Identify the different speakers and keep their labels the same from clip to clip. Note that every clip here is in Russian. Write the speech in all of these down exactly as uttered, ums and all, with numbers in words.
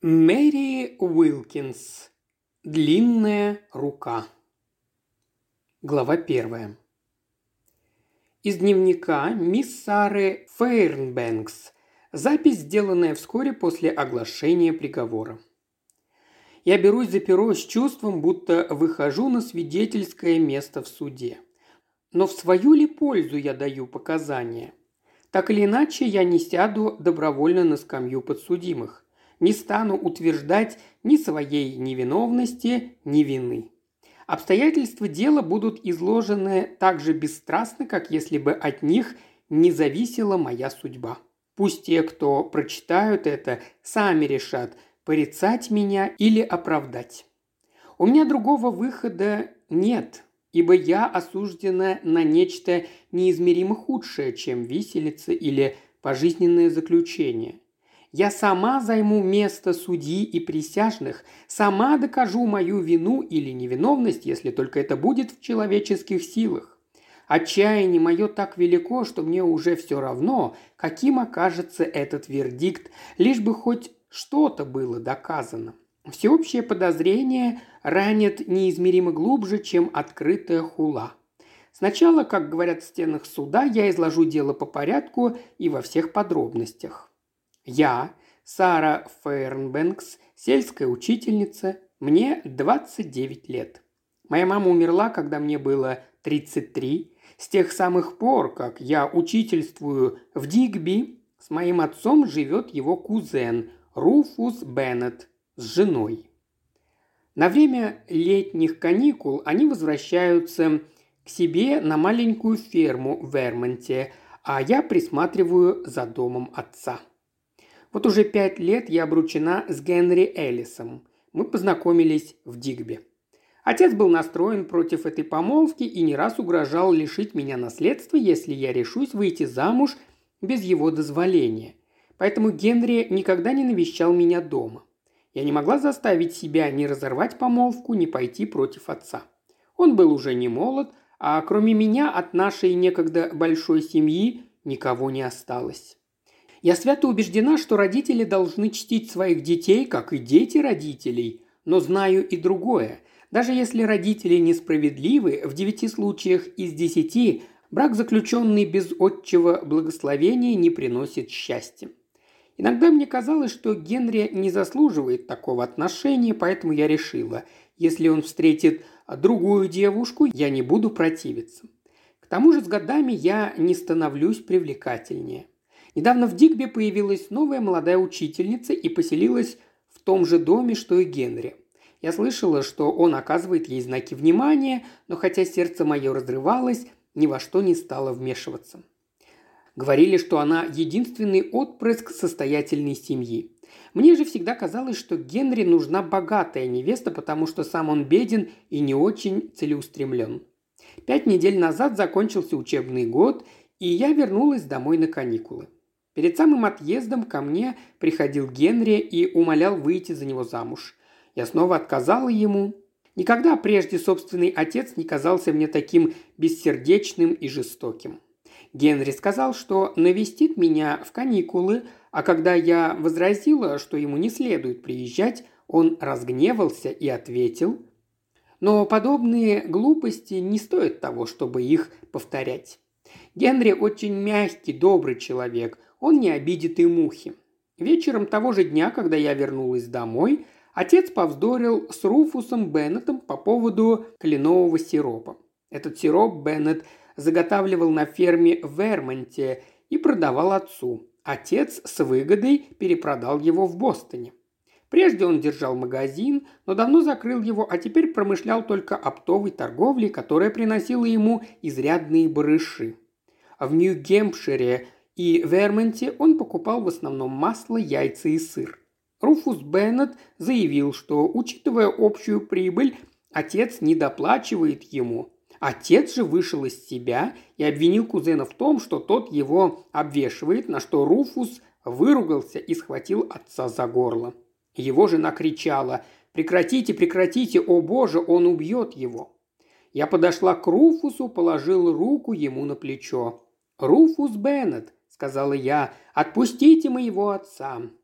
Speaker 1: Мэри Уилкинс. Длинная рука. Глава первая. Из дневника мисс Сары Фейрнбэнкс. Запись, сделанная вскоре после оглашения приговора. Я берусь за перо с чувством, будто выхожу на свидетельское место в суде. Но в свою ли пользу я даю показания? Так или иначе, я не сяду добровольно на скамью подсудимых. Не стану утверждать ни своей невиновности, ни вины. Обстоятельства дела будут изложены так же бесстрастно, как если бы от них не зависела моя судьба. Пусть те, кто прочитают это, сами решат, порицать меня или оправдать. У меня другого выхода нет, ибо я осуждена на нечто неизмеримо худшее, чем виселица или пожизненное заключение. Я сама займу место судьи и присяжных, сама докажу мою вину или невиновность, если только это будет в человеческих силах. Отчаяние мое так велико, что мне уже все равно, каким окажется этот вердикт, лишь бы хоть что-то было доказано. Всеобщее подозрение ранит неизмеримо глубже, чем открытая хула. Сначала, как говорят в стенах суда, я изложу дело по порядку и во всех подробностях. Я, Сара Фейрнбэнкс, сельская учительница, мне двадцать девять лет. Моя мама умерла, когда мне было тридцать три. С тех самых пор, как я учительствую в Дигби, с моим отцом живет его кузен Руфус Беннет с женой. На время летних каникул они возвращаются к себе на маленькую ферму в Вермонте, а я присматриваю за домом отца. Вот уже пять лет я обручена с Генри Эллисом. Мы познакомились в Дигби. Отец был настроен против этой помолвки и не раз угрожал лишить меня наследства, если я решусь выйти замуж без его дозволения. Поэтому Генри никогда не навещал меня дома. Я не могла заставить себя ни разорвать помолвку, ни пойти против отца. Он был уже не молод, а кроме меня от нашей некогда большой семьи никого не осталось. Я свято убеждена, что родители должны чтить своих детей, как и дети родителей, но знаю и другое. Даже если родители несправедливы, в девяти случаях из десяти брак, заключенный без отчего благословения, не приносит счастья. Иногда мне казалось, что Генри не заслуживает такого отношения, поэтому я решила, если он встретит другую девушку, я не буду противиться. К тому же с годами я не становлюсь привлекательнее. Недавно в Дигби появилась новая молодая учительница и поселилась в том же доме, что и Генри. Я слышала, что он оказывает ей знаки внимания, но хотя сердце мое разрывалось, ни во что не стало вмешиваться. Говорили, что она единственный отпрыск состоятельной семьи. Мне же всегда казалось, что Генри нужна богатая невеста, потому что сам он беден и не очень целеустремлен. Пять недель назад закончился учебный год, и я вернулась домой на каникулы. Перед самым отъездом ко мне приходил Генри и умолял выйти за него замуж. Я снова отказала ему. Никогда прежде собственный отец не казался мне таким бессердечным и жестоким. Генри сказал, что навестит меня в каникулы, а когда я возразила, что ему не следует приезжать, он разгневался и ответил: «Но подобные глупости не стоят того, чтобы их повторять. Генри очень мягкий, добрый человек, он не обидит и мухи». Вечером того же дня, когда я вернулась домой, отец повздорил с Руфусом Беннетом по поводу кленового сиропа. Этот сироп Беннет заготавливал на ферме в Вермонте и продавал отцу. Отец с выгодой перепродал его в Бостоне. Прежде он держал магазин, но давно закрыл его, а теперь промышлял только оптовой торговлей, которая приносила ему изрядные барыши. В Нью-Гэмпшире и Вермонте он покупал в основном масло, яйца и сыр. Руфус Беннет заявил, что, учитывая общую прибыль, отец недоплачивает ему. Отец же вышел из себя и обвинил кузена в том, что тот его обвешивает, на что Руфус выругался и схватил отца за горло. Его жена кричала: «Прекратите, прекратите, о боже, он убьет его!» Я подошла к Руфусу, положила руку ему на плечо. «Руфус Беннет», — сказала я, — «отпустите моего отца».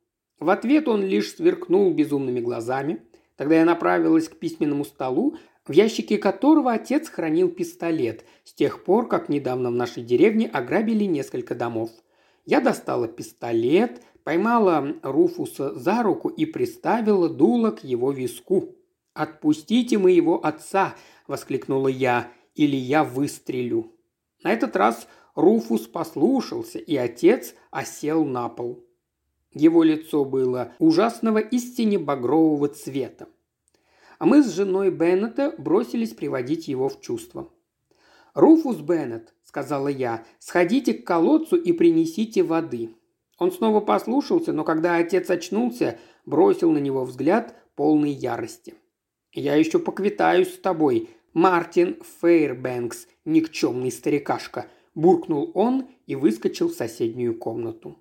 Speaker 1: В ответ он лишь сверкнул безумными глазами. Тогда я направилась к письменному столу, в ящике которого отец хранил пистолет, с тех пор, как недавно в нашей деревне ограбили несколько домов. Я достала пистолет, поймала Руфуса за руку и приставила дуло к его виску. «Отпустите моего отца!» – воскликнула я, – «или я выстрелю». На этот раз Руфус послушался, и отец осел на пол. Его лицо было ужасного истине багрового цвета. А мы с женой Беннета бросились приводить его в чувство. «Руфус Беннет», – сказала я, – «сходите к колодцу и принесите воды». Он снова послушался, но когда отец очнулся, бросил на него взгляд полной ярости. «Я еще поквитаюсь с тобой, Мартин Фейрбэнкс, никчемный старикашка», – буркнул он и выскочил в соседнюю комнату.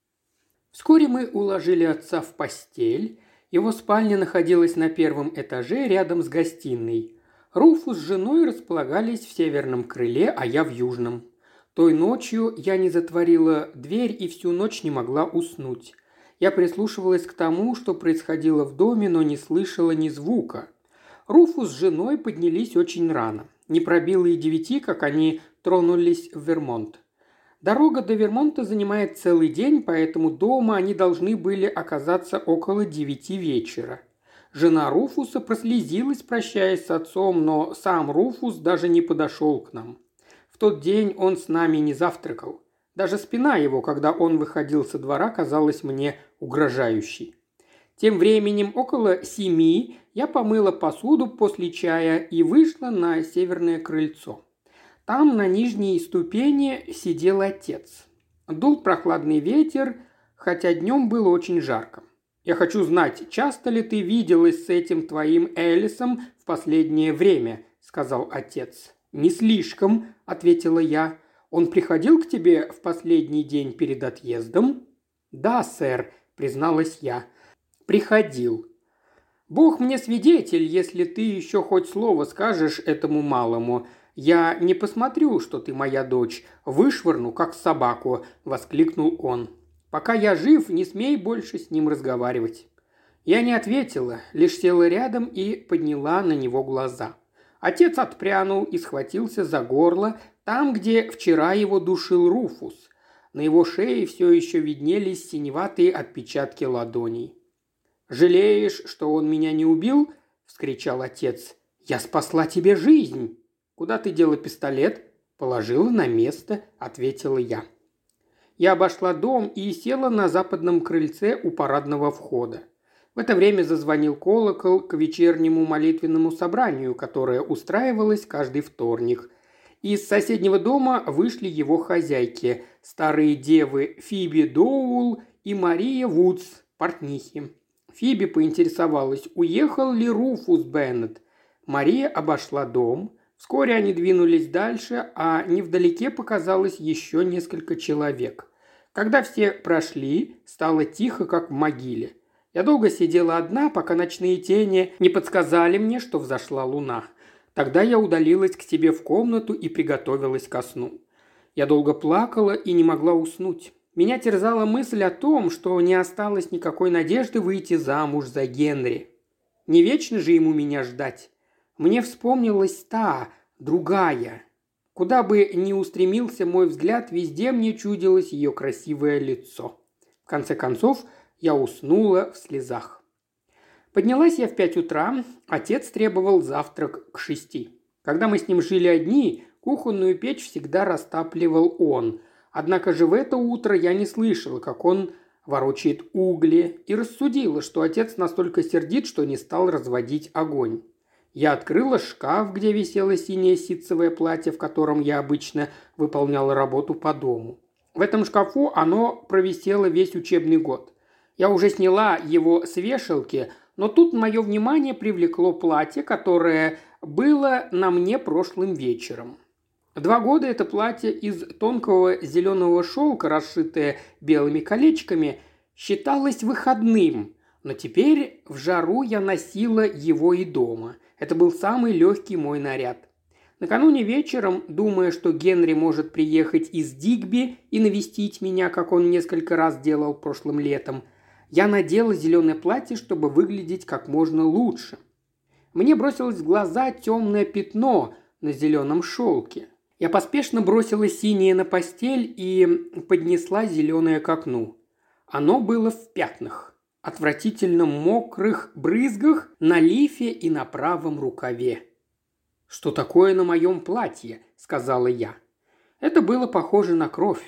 Speaker 1: Вскоре мы уложили отца в постель. Его спальня находилась на первом этаже рядом с гостиной. Руфус с женой располагались в северном крыле, а я в южном. Той ночью я не затворила дверь и всю ночь не могла уснуть. Я прислушивалась к тому, что происходило в доме, но не слышала ни звука. Руфус с женой поднялись очень рано. Не пробило и девяти, как они тронулись в Вермонт. Дорога до Вермонта занимает целый день, поэтому дома они должны были оказаться около девяти вечера. Жена Руфуса прослезилась, прощаясь с отцом, но сам Руфус даже не подошел к нам. В тот день он с нами не завтракал. Даже спина его, когда он выходил со двора, казалась мне угрожающей. Тем временем около семи я помыла посуду после чая и вышла на северное крыльцо. Там на нижней ступени сидел отец. Дул прохладный ветер, хотя днем было очень жарко. «Я хочу знать, часто ли ты виделась с этим твоим Элисом в последнее время?» – сказал отец. «Не слишком», – ответила я. «Он приходил к тебе в последний день перед отъездом?» «Да, сэр», – призналась я. «Приходил». «Бог мне свидетель, если ты еще хоть слово скажешь этому малому. Я не посмотрю, что ты моя дочь. Вышвырну, как собаку», – воскликнул он. «Пока я жив, не смей больше с ним разговаривать». Я не ответила, лишь села рядом и подняла на него глаза. Отец отпрянул и схватился за горло, там, где вчера его душил Руфус. На его шее все еще виднелись синеватые отпечатки ладоней. «Жалеешь, что он меня не убил?» – вскричал отец. «Я спасла тебе жизнь!» «Куда ты дела пистолет?» «Положила на место», – ответила я. Я обошла дом и села на западном крыльце у парадного входа. В это время зазвонил колокол к вечернему молитвенному собранию, которое устраивалось каждый вторник. Из соседнего дома вышли его хозяйки, старые девы Фиби Доул и Мария Вудс, портнихи. Фиби поинтересовалась, уехал ли Руфус Беннет. Мария обошла дом. Вскоре они двинулись дальше, а невдалеке показалось еще несколько человек. Когда все прошли, стало тихо, как в могиле. Я долго сидела одна, пока ночные тени не подсказали мне, что взошла луна. Тогда я удалилась к себе в комнату и приготовилась ко сну. Я долго плакала и не могла уснуть. Меня терзала мысль о том, что не осталось никакой надежды выйти замуж за Генри. Не вечно же ему меня ждать. Мне вспомнилась та, другая. Куда бы ни устремился мой взгляд, везде мне чудилось ее красивое лицо. В конце концов, я уснула в слезах. Поднялась я в пять утра, отец требовал завтрак к шести. Когда мы с ним жили одни, кухонную печь всегда растапливал он. Однако же в это утро я не слышала, как он ворочает угли, и рассудила, что отец настолько сердит, что не стал разводить огонь. Я открыла шкаф, где висело синее ситцевое платье, в котором я обычно выполняла работу по дому. В этом шкафу оно провисело весь учебный год. Я уже сняла его с вешалки, но тут мое внимание привлекло платье, которое было на мне прошлым вечером. Два года это платье из тонкого зеленого шелка, расшитое белыми колечками, считалось выходным, но теперь в жару я носила его и дома. Это был самый легкий мой наряд. Накануне вечером, думая, что Генри может приехать из Дигби и навестить меня, как он несколько раз делал прошлым летом, Я надела зеленое платье, чтобы выглядеть как можно лучше. Мне бросилось в глаза темное пятно на зеленом шелке. Я поспешно бросила синее на постель и поднесла зеленое к окну. Оно было в пятнах, отвратительно мокрых брызгах на лифе и на правом рукаве. «Что такое на моем платье?» – сказала я. Это было похоже на кровь.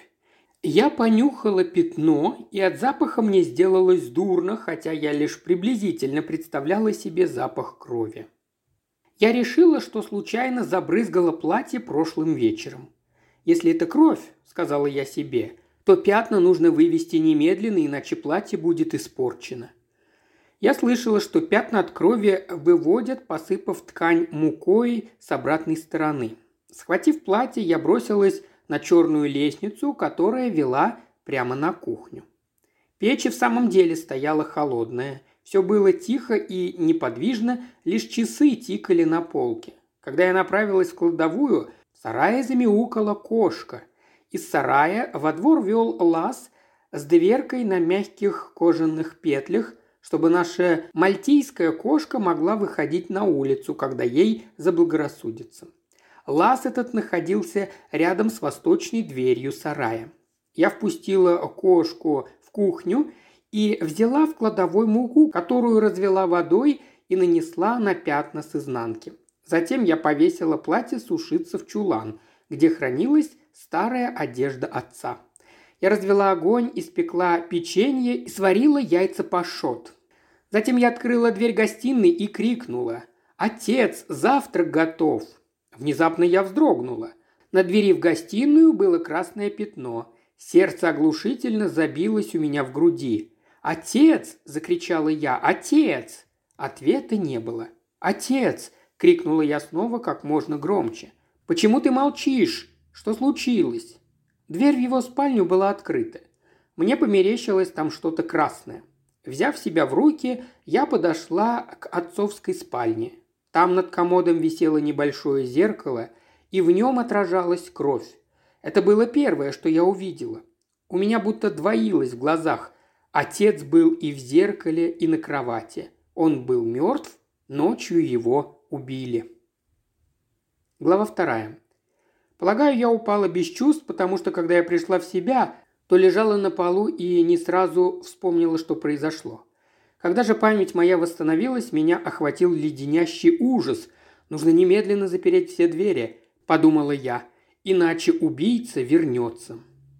Speaker 1: Я понюхала пятно, и от запаха мне сделалось дурно, хотя я лишь приблизительно представляла себе запах крови. Я решила, что случайно забрызгала платье прошлым вечером. «Если это кровь, – сказала я себе, – то пятна нужно вывести немедленно, иначе платье будет испорчено». Я слышала, что пятна от крови выводят, посыпав ткань мукой с обратной стороны. Схватив платье, я бросилась на черную лестницу, которая вела прямо на кухню. Печь в самом деле стояла холодная. Все было тихо и неподвижно, лишь часы тикали на полке. Когда я направилась в кладовую, в сарае замяукала кошка. Из сарая во двор вел лаз с дверкой на мягких кожаных петлях, чтобы наша мальтийская кошка могла выходить на улицу, когда ей заблагорассудится. Лаз этот находился рядом с восточной дверью сарая. Я впустила кошку в кухню и взяла в кладовой муку, которую развела водой и нанесла на пятна с изнанки. Затем я повесила платье сушиться в чулан, где хранилась старая одежда отца. Я развела огонь, испекла печенье и сварила яйца пашот. Затем я открыла дверь гостиной и крикнула: «Отец, завтрак готов!» Внезапно я вздрогнула. На двери в гостиную было красное пятно. Сердце оглушительно забилось у меня в груди. «Отец!» – закричала я. «Отец!» Ответа не было. «Отец!» – крикнула я снова как можно громче. «Почему ты молчишь? Что случилось?» Дверь в его спальню была открыта. Мне померещилось там что-то красное. Взяв себя в руки, я подошла к отцовской спальне. Там над комодом висело небольшое зеркало, и в нем отражалась кровь. Это было первое, что я увидела. У меня будто двоилось в глазах. Отец был и в зеркале, и на кровати. Он был мертв, ночью его убили. Глава вторая. Полагаю, я упала без чувств, потому что, когда я пришла в себя, то лежала на полу и не сразу вспомнила, что произошло. Когда же память моя восстановилась, меня охватил леденящий ужас. «Нужно немедленно запереть все двери», – подумала я, – «иначе убийца вернется».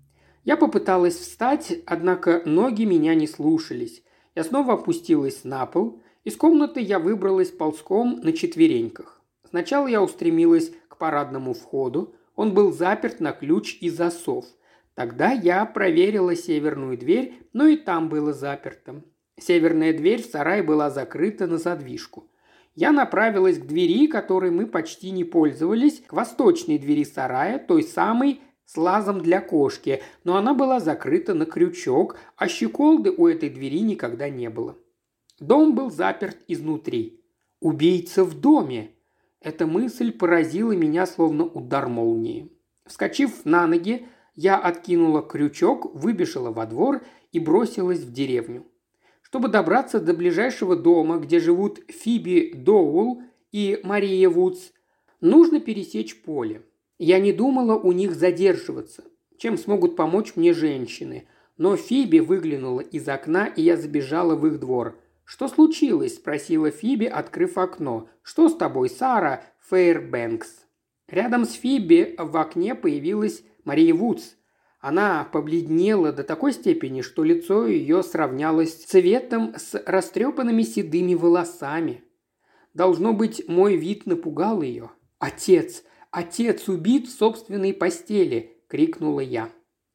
Speaker 1: Я попыталась встать, однако ноги меня не слушались. Я снова опустилась на пол. Из комнаты я выбралась ползком на четвереньках. Сначала я устремилась к парадному входу. Он был заперт на ключ и засов. Тогда я проверила северную дверь, но и там было заперто. Северная дверь в сарай была закрыта на задвижку. Я направилась к двери, которой мы почти не пользовались, к восточной двери сарая, той самой с лазом для кошки, но она была закрыта на крючок, а щеколды у этой двери никогда не было. Дом был заперт изнутри. «Убийца в доме!» Эта мысль поразила меня словно удар молнии. Вскочив на ноги, я откинула крючок, выбежала во двор и бросилась в деревню. Чтобы добраться до ближайшего дома, где живут Фиби Доуэлл и Мария Вудс, нужно пересечь поле. Я не думала у них задерживаться. Чем смогут помочь мне женщины? Но Фиби выглянула из окна, и я забежала в их двор. «Что случилось?» – спросила Фиби, открыв окно. «Что с тобой, Сара Фейрбэнкс?» Рядом с Фиби в окне появилась Мария Вудс. Она побледнела до такой степени, что лицо ее сравнялось цветом с растрепанными седыми волосами. Должно быть, мой вид напугал ее. «Отец! Отец убит в собственной постели!» – крикнула я.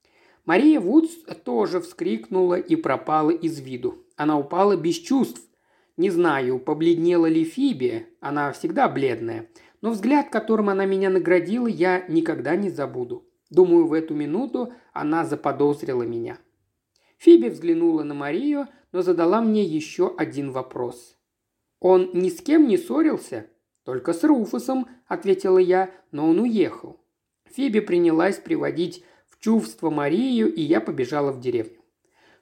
Speaker 1: Мария Вудс тоже вскрикнула и пропала из виду. Она упала без чувств. Не знаю, побледнела ли Фиби, она всегда бледная, но взгляд, которым она меня наградила, я никогда не забуду. Думаю, в эту минуту она заподозрила меня. Фиби взглянула на Марию, но задала мне еще один вопрос. «Он ни с кем не ссорился?» «Только с Руфусом», – ответила я, – «но он уехал». Фиби принялась приводить в чувство Марию, и я побежала в деревню.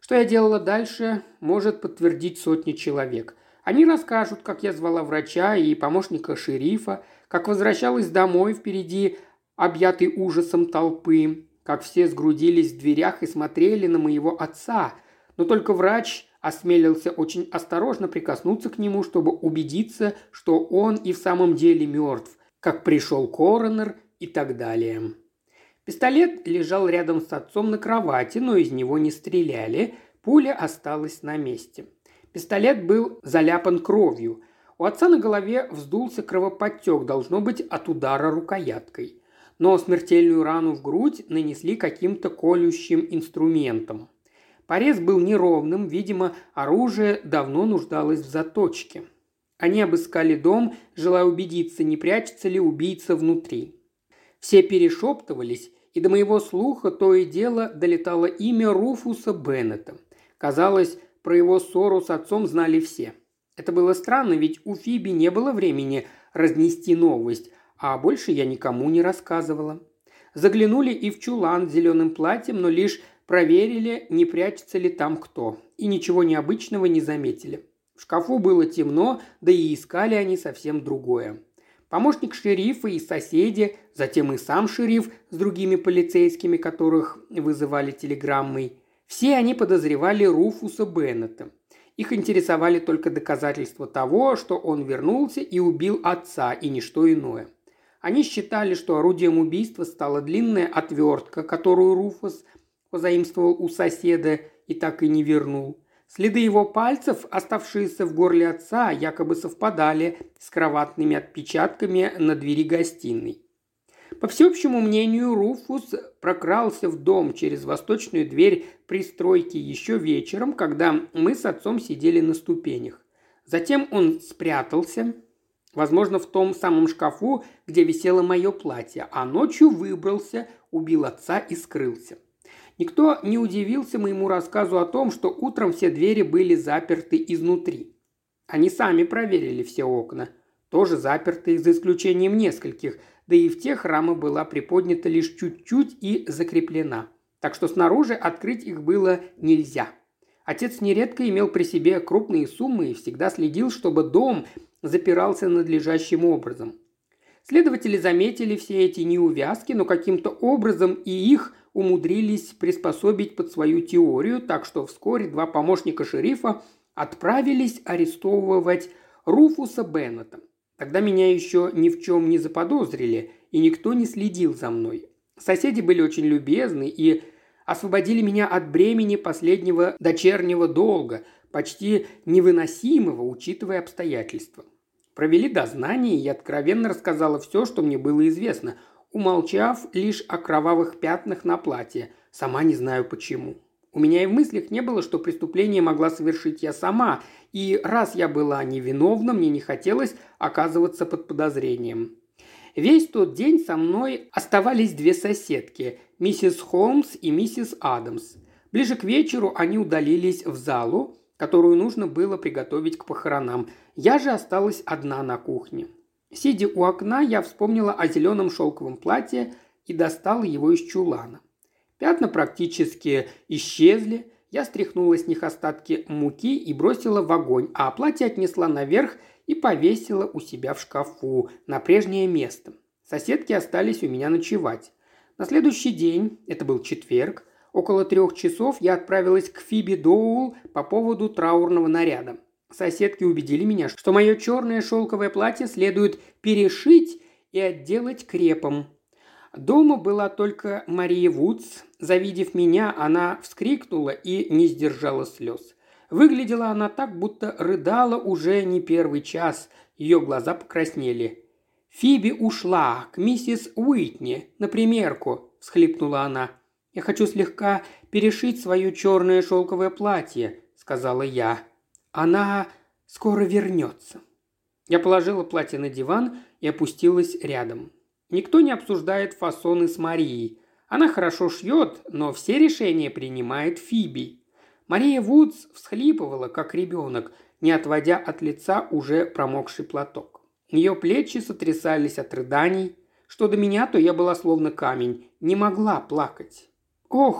Speaker 1: Что я делала дальше, может подтвердить сотни человек. Они расскажут, как я звала врача и помощника шерифа, как возвращалась домой впереди объятой ужасом толпы, как все сгрудились в дверях и смотрели на моего отца, но только врач осмелился очень осторожно прикоснуться к нему, чтобы убедиться, что он и в самом деле мертв, как пришел коронер и так далее. Пистолет лежал рядом с отцом на кровати, но из него не стреляли, пуля осталась на месте. Пистолет был заляпан кровью. У отца на голове вздулся кровоподтек, должно быть, от удара рукояткой. Но смертельную рану в грудь нанесли каким-то колющим инструментом. Порез был неровным, видимо, оружие давно нуждалось в заточке. Они обыскали дом, желая убедиться, не прячется ли убийца внутри. Все перешептывались, и до моего слуха то и дело долетало имя Руфуса Беннета. Казалось, про его ссору с отцом знали все. Это было странно, ведь у Фиби не было времени разнести новость, а больше я никому не рассказывала. Заглянули и в чулан с зеленым платьем, но лишь проверили, не прячется ли там кто, и ничего необычного не заметили. В шкафу было темно, да и искали они совсем другое. Помощник шерифа и соседи, затем и сам шериф с другими полицейскими, которых вызывали телеграммой, все они подозревали Руфуса Беннета. Их интересовали только доказательства того, что он вернулся и убил отца, и ничто иное. Они считали, что орудием убийства стала длинная отвертка, которую Руфус позаимствовал у соседа и так и не вернул. Следы его пальцев, оставшиеся в горле отца, якобы совпадали с кроватными отпечатками на двери гостиной. По всеобщему мнению, Руфус прокрался в дом через восточную дверь пристройки еще вечером, когда мы с отцом сидели на ступенях. Затем он спрятался, возможно, в том самом шкафу, где висело мое платье, а ночью выбрался, убил отца и скрылся. Никто не удивился моему рассказу о том, что утром все двери были заперты изнутри. Они сами проверили все окна, тоже заперты, за исключением нескольких, да и в тех рама была приподнята лишь чуть-чуть и закреплена, так что снаружи открыть их было нельзя. Отец нередко имел при себе крупные суммы и всегда следил, чтобы дом запирался надлежащим образом. Следователи заметили все эти неувязки, но каким-то образом и их умудрились приспособить под свою теорию, так что вскоре два помощника шерифа отправились арестовывать Руфуса Беннета. Тогда меня еще ни в чем не заподозрили, и никто не следил за мной. Соседи были очень любезны и освободили меня от бремени последнего дочернего долга, почти невыносимого, учитывая обстоятельства. Провели дознание, и я откровенно рассказала все, что мне было известно, умолчав лишь о кровавых пятнах на платье, сама не знаю почему. У меня и в мыслях не было, что преступление могла совершить я сама, и раз я была невиновна, мне не хотелось оказываться под подозрением. Весь тот день со мной оставались две соседки, миссис Холмс и миссис Адамс. Ближе к вечеру они удалились в залу, которую нужно было приготовить к похоронам. Я же осталась одна на кухне. Сидя у окна, я вспомнила о зеленом шелковом платье и достала его из чулана. Пятна практически исчезли, я стряхнула с них остатки муки и бросила в огонь, а платье отнесла наверх и повесила у себя в шкафу на прежнее место. Соседки остались у меня ночевать. На следующий день, это был четверг, около трех часов я отправилась к Фиби Доул по поводу траурного наряда. Соседки убедили меня, что мое черное шелковое платье следует перешить и отделать крепом. Дома была только Мария Вудс. Завидев меня, она вскрикнула и не сдержала слез. Выглядела она так, будто рыдала уже не первый час. Ее глаза покраснели. «Фиби ушла к миссис Уитни на примерку», – всхлипнула она. «Я хочу слегка перешить свое черное шелковое платье», – сказала я. «Она скоро вернется». Я положила платье на диван и опустилась рядом. Никто не обсуждает фасоны с Марией. Она хорошо шьет, но все решения принимает Фиби. Мария Вудс всхлипывала, как ребенок, не отводя от лица уже промокший платок. Ее плечи сотрясались от рыданий. Что до меня, то я была словно камень, не могла плакать. «Ох!»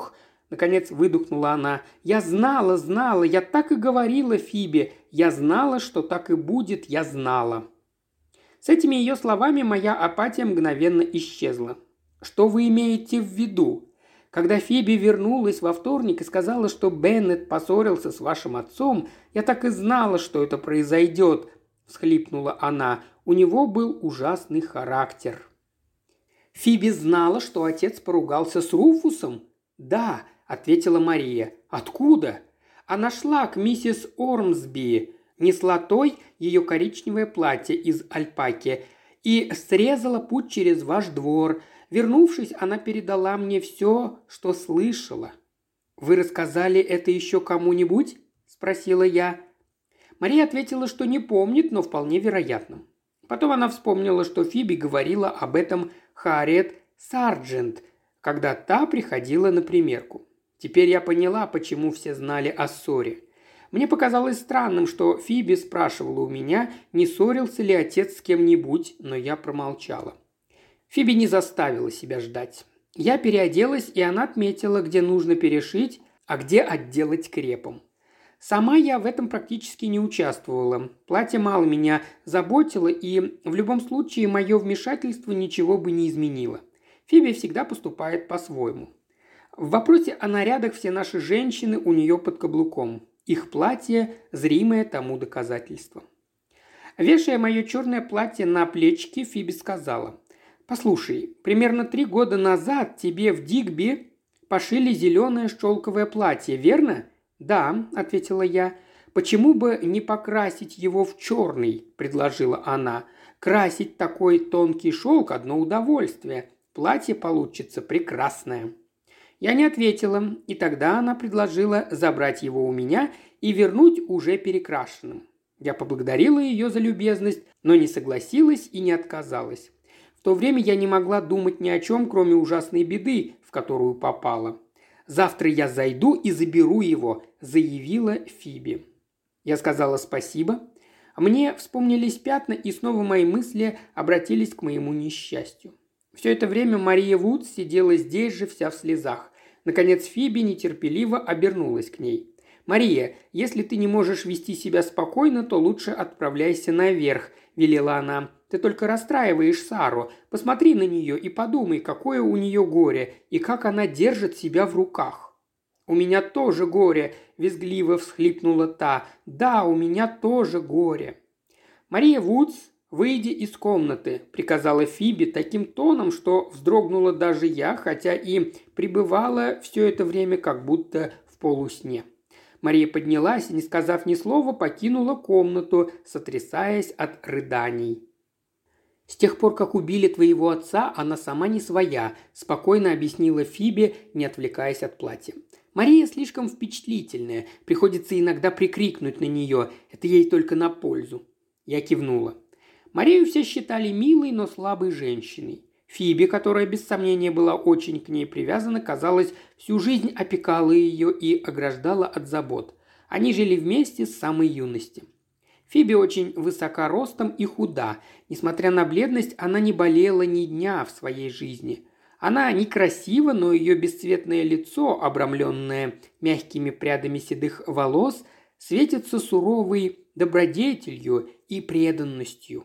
Speaker 1: Наконец выдохнула она. «Я знала, знала, я так и говорила Фибе. Я знала, что так и будет, я знала». С этими ее словами моя апатия мгновенно исчезла. «Что вы имеете в виду? Когда Фиби вернулась во вторник и сказала, что Беннет поссорился с вашим отцом, я так и знала, что это произойдет», – всхлипнула она. «У него был ужасный характер». «Фиби знала, что отец поругался с Руфусом?» «Да», – ответила Мария. «Откуда?» «Она шла к миссис Ормсби, несла той ее коричневое платье из альпаки и срезала путь через ваш двор. Вернувшись, она передала мне все, что слышала». «Вы рассказали это еще кому-нибудь?» – спросила я. Мария ответила, что не помнит, но вполне вероятно. Потом она вспомнила, что Фиби говорила об этом Харриет Сарджент, когда та приходила на примерку. Теперь я поняла, почему все знали о ссоре. Мне показалось странным, что Фиби спрашивала у меня, не ссорился ли отец с кем-нибудь, но я промолчала. Фиби не заставила себя ждать. Я переоделась, и она отметила, где нужно перешить, а где отделать крепом. Сама я в этом практически не участвовала. Платье мало меня заботило, и в любом случае мое вмешательство ничего бы не изменило. Фиби всегда поступает по-своему. В вопросе о нарядах все наши женщины у нее под каблуком. Их платье – зримое тому доказательство. Вешая мое черное платье на плечики, Фиби сказала: «Послушай, примерно три года назад тебе в Дигби пошили зеленое шелковое платье, верно?» «Да», – ответила я. «Почему бы не покрасить его в черный?» – предложила она. «Красить такой тонкий шелк – одно удовольствие. Платье получится прекрасное». Я не ответила, и тогда она предложила забрать его у меня и вернуть уже перекрашенным. Я поблагодарила ее за любезность, но не согласилась и не отказалась. В то время я не могла думать ни о чем, кроме ужасной беды, в которую попала. «Завтра я зайду и заберу его», – заявила Фиби. Я сказала спасибо. Мне вспомнились пятна, и снова мои мысли обратились к моему несчастью. Все это время Мария Вудс сидела здесь же, вся в слезах. Наконец Фиби нетерпеливо обернулась к ней. «Мария, если ты не можешь вести себя спокойно, то лучше отправляйся наверх», – велела она. «Ты только расстраиваешь Сару. Посмотри на нее и подумай, какое у нее горе, и как она держит себя в руках». «У меня тоже горе», – визгливо всхлипнула та. «Да, у меня тоже горе». «Мария Вудс, выйди из комнаты», – приказала Фиби таким тоном, что вздрогнула даже я, хотя и пребывала все это время как будто в полусне. Мария поднялась и, не сказав ни слова, покинула комнату, сотрясаясь от рыданий. «С тех пор, как убили твоего отца, она сама не своя», – спокойно объяснила Фиби, не отвлекаясь от платья. «Мария слишком впечатлительная, приходится иногда прикрикнуть на нее, это ей только на пользу». Я кивнула. Марию все считали милой, но слабой женщиной. Фиби, которая без сомнения была очень к ней привязана, казалось, всю жизнь опекала ее и ограждала от забот. Они жили вместе с самой юности. Фиби очень высока ростом и худа. Несмотря на бледность, она не болела ни дня в своей жизни. Она некрасива, но ее бесцветное лицо, обрамленное мягкими прядами седых волос, светится суровой добродетелью и преданностью.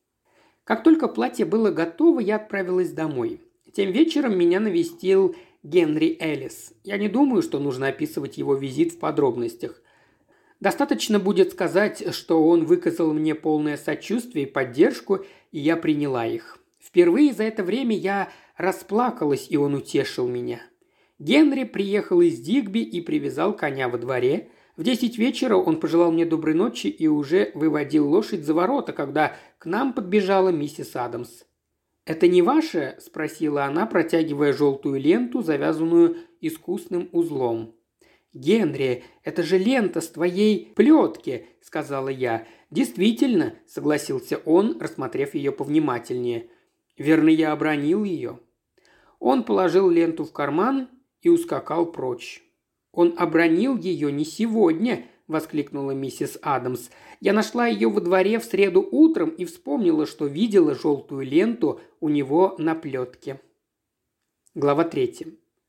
Speaker 1: Как только платье было готово, я отправилась домой. Тем вечером меня навестил Генри Эллис. Я не думаю, что нужно описывать его визит в подробностях. Достаточно будет сказать, что он выказал мне полное сочувствие и поддержку, и я приняла их. Впервые за это время я расплакалась, и он утешил меня. Генри приехал из Дигби и привязал коня во дворе. В десять вечера он пожелал мне доброй ночи и уже выводил лошадь за ворота, когда к нам подбежала миссис Адамс. «Это не ваше?» – спросила она, протягивая желтую ленту, завязанную искусным узлом. «Генри, это же лента с твоей плетки», – сказала я. «Действительно», – согласился он, рассмотрев ее повнимательнее. «Верно, я обронил ее». Он положил ленту в карман и ускакал прочь. «Он обронил ее не сегодня», – воскликнула миссис Адамс. «Я нашла ее во дворе в среду утром и вспомнила, что видела желтую ленту у него на плетке». Глава третья.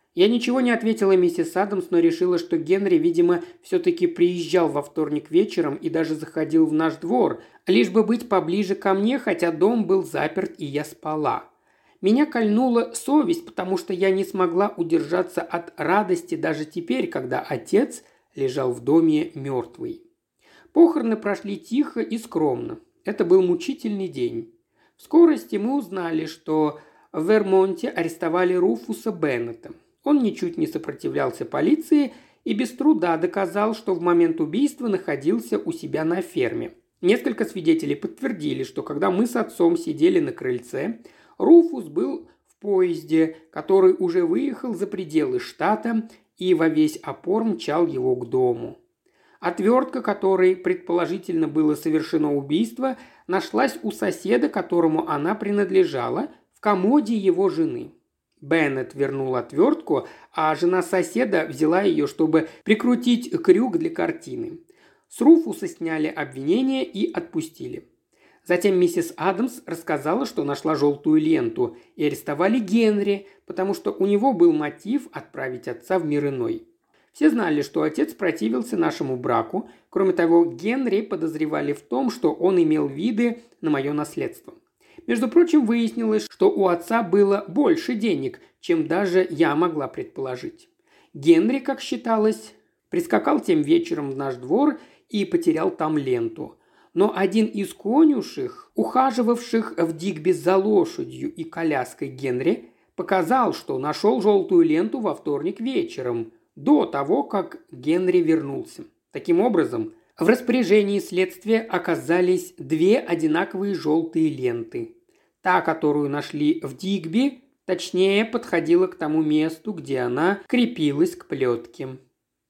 Speaker 1: Я ничего не ответила миссис Адамс, но решила, что Генри, видимо, все-таки приезжал во вторник вечером и даже заходил в наш двор, лишь бы быть поближе ко мне, хотя дом был заперт и я спала. Меня кольнула совесть, потому что я не смогла удержаться от радости даже теперь, когда отец лежал в доме мертвый. Похороны прошли тихо и скромно. Это был мучительный день. В скорости мы узнали, что в Вермонте арестовали Руфуса Беннета. Он ничуть не сопротивлялся полиции и без труда доказал, что в момент убийства находился у себя на ферме. Несколько свидетелей подтвердили, что когда мы с отцом сидели на крыльце, Руфус был в поезде, который уже выехал за пределы штата и во весь опор мчал его к дому. Отвертка, которой предположительно было совершено убийство, нашлась у соседа, которому она принадлежала, в комоде его жены. Беннет вернул отвертку, а жена соседа взяла ее, чтобы прикрутить крюк для картины. С Руфуса сняли обвинение и отпустили. Затем миссис Адамс рассказала, что нашла желтую ленту, и арестовали Генри, потому что у него был мотив отправить отца в мир иной. Все знали, что отец противился нашему браку. Кроме того, Генри подозревали в том, что он имел виды на мое наследство. Между прочим, выяснилось, что у отца было больше денег, чем даже я могла предположить. Генри, как считалось, прискакал тем вечером в наш двор и потерял там ленту. Но один из конюшек, ухаживавших в Дигби за лошадью и коляской Генри, показал, что нашел желтую ленту во вторник вечером, до того, как Генри вернулся. Таким образом, в распоряжении следствия оказались две одинаковые желтые ленты. Та, которую нашли в Дигби, точнее подходила к тому месту, где она крепилась к плетке.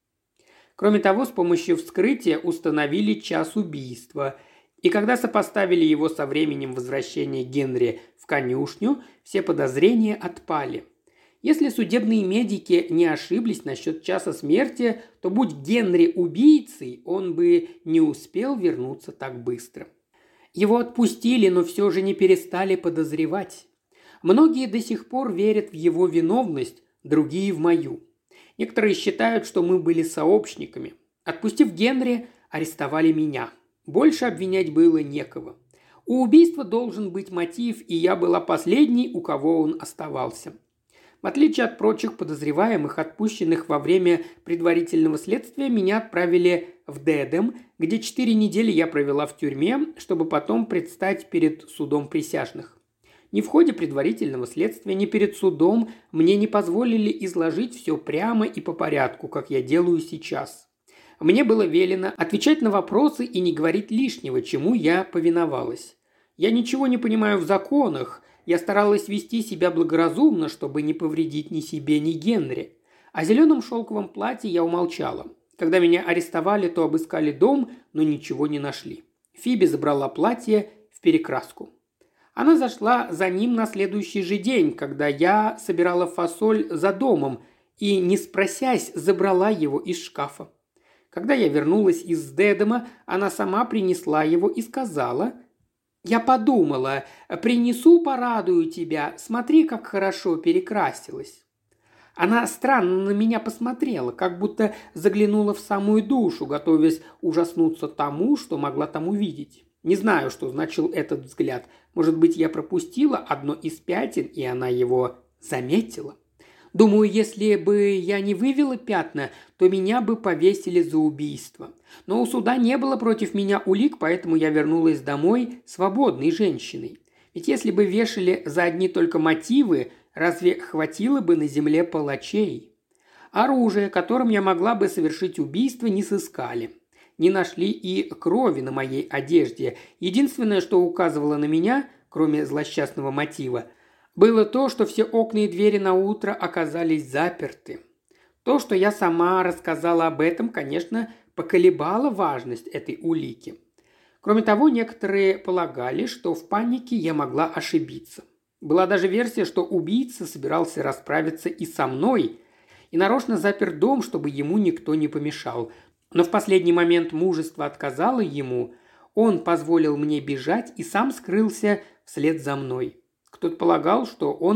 Speaker 1: Кроме того, с помощью вскрытия установили час убийства, и когда сопоставили его со временем возвращения Генри в конюшню, все подозрения отпали. Если судебные медики не ошиблись насчет часа смерти, то будь Генри убийцей, он бы не успел вернуться так быстро. Его отпустили, но все же не перестали подозревать. Многие до сих пор верят в его виновность, другие в мою. Некоторые считают, что мы были сообщниками. Отпустив Генри, арестовали меня. Больше обвинять было некого. У убийства должен быть мотив, и я была последней, у кого он оставался. В отличие от прочих подозреваемых, отпущенных во время предварительного следствия, меня отправили в Дедем, где четыре недели я провела в тюрьме, чтобы потом предстать перед судом присяжных. Ни в ходе предварительного следствия, ни перед судом мне не позволили изложить все прямо и по порядку, как я делаю сейчас. Мне было велено отвечать на вопросы и не говорить лишнего, чему я повиновалась. Я ничего не понимаю в законах, я старалась вести себя благоразумно, чтобы не повредить ни себе, ни Генри. О зеленом шелковом платье я умолчала. Когда меня арестовали, то обыскали дом, но ничего не нашли. Фиби забрала платье в перекраску. Она зашла за ним на следующий же день, когда я собирала фасоль за домом и, не спросясь, забрала его из шкафа. Когда я вернулась из Дедема, она сама принесла его и сказала: «Я подумала, принесу, порадую тебя, смотри, как хорошо перекрасилась». Она странно на меня посмотрела, как будто заглянула в самую душу, готовясь ужаснуться тому, что могла там увидеть. Не знаю, что значил этот взгляд. Может быть, я пропустила одно из пятен, и она его заметила. Думаю, если бы я не вывела пятна, то меня бы повесили за убийство. Но у суда не было против меня улик, поэтому я вернулась домой свободной женщиной. Ведь если бы вешали за одни только мотивы, разве хватило бы на земле палачей? Оружие, которым я могла бы совершить убийство, не сыскали. Не нашли и крови на моей одежде. Единственное, что указывало на меня, кроме злосчастного мотива, было то, что все окна и двери на утро оказались заперты. То, что я сама рассказала об этом, конечно, поколебало важность этой улики. Кроме того, некоторые полагали, что в панике я могла ошибиться. Была даже версия, что убийца собирался расправиться и со мной, и нарочно запер дом, чтобы ему никто не помешал. Но в последний момент мужество отказало ему, он позволил мне бежать и сам скрылся вслед за мной. Кто-то полагал, что он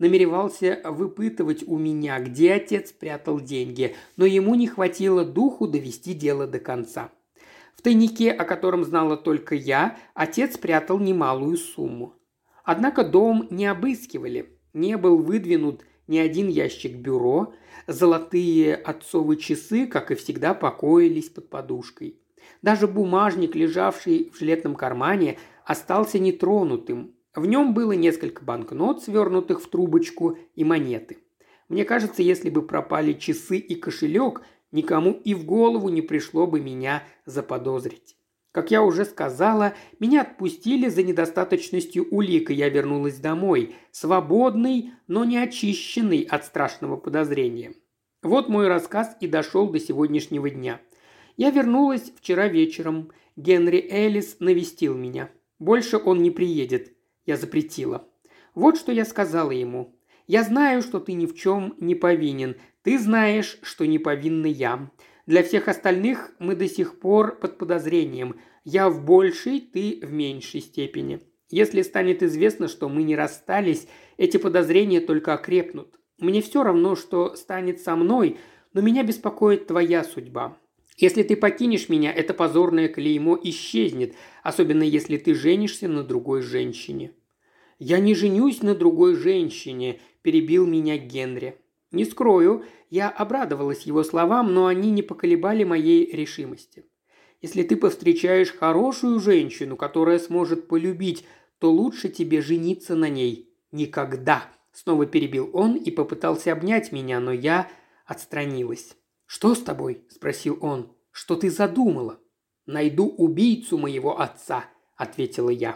Speaker 1: намеревался выпытывать у меня, где отец прятал деньги, но ему не хватило духу довести дело до конца. В тайнике, о котором знала только я, отец прятал немалую сумму. Однако дом не обыскивали, не был выдвинут ни один ящик бюро, золотые отцовы часы, как и всегда, покоились под подушкой. Даже бумажник, лежавший в жилетном кармане, остался нетронутым. В нем было несколько банкнот, свернутых в трубочку, и монеты. Мне кажется, если бы пропали часы и кошелек, никому и в голову не пришло бы меня заподозрить. Как я уже сказала, меня отпустили за недостаточностью улик, и я вернулась домой, свободной, но не очищенной от страшного подозрения. Вот мой рассказ и дошел до сегодняшнего дня. Я вернулась вчера вечером. Генри Эллис навестил меня. Больше он не приедет. Я запретила. Вот что я сказала ему. Я знаю, что ты ни в чем не повинен. Ты знаешь, что не повинна я. Для всех остальных мы до сих пор под подозрением. Я в большей, ты в меньшей степени. Если станет известно, что мы не расстались, эти подозрения только окрепнут. Мне все равно, что станет со мной, но меня беспокоит твоя судьба. Если ты покинешь меня, это позорное клеймо исчезнет, особенно если ты женишься на другой женщине». «Я не женюсь на другой женщине», – перебил меня Генри. Не скрою, я обрадовалась его словам, но они не поколебали моей решимости. «Если ты повстречаешь хорошую женщину, которая сможет полюбить, то лучше тебе жениться на ней никогда», – снова перебил он и попытался обнять меня, но я отстранилась. «Что с тобой?» – спросил он. «Что ты задумала?» «Найду убийцу моего отца», – ответила я.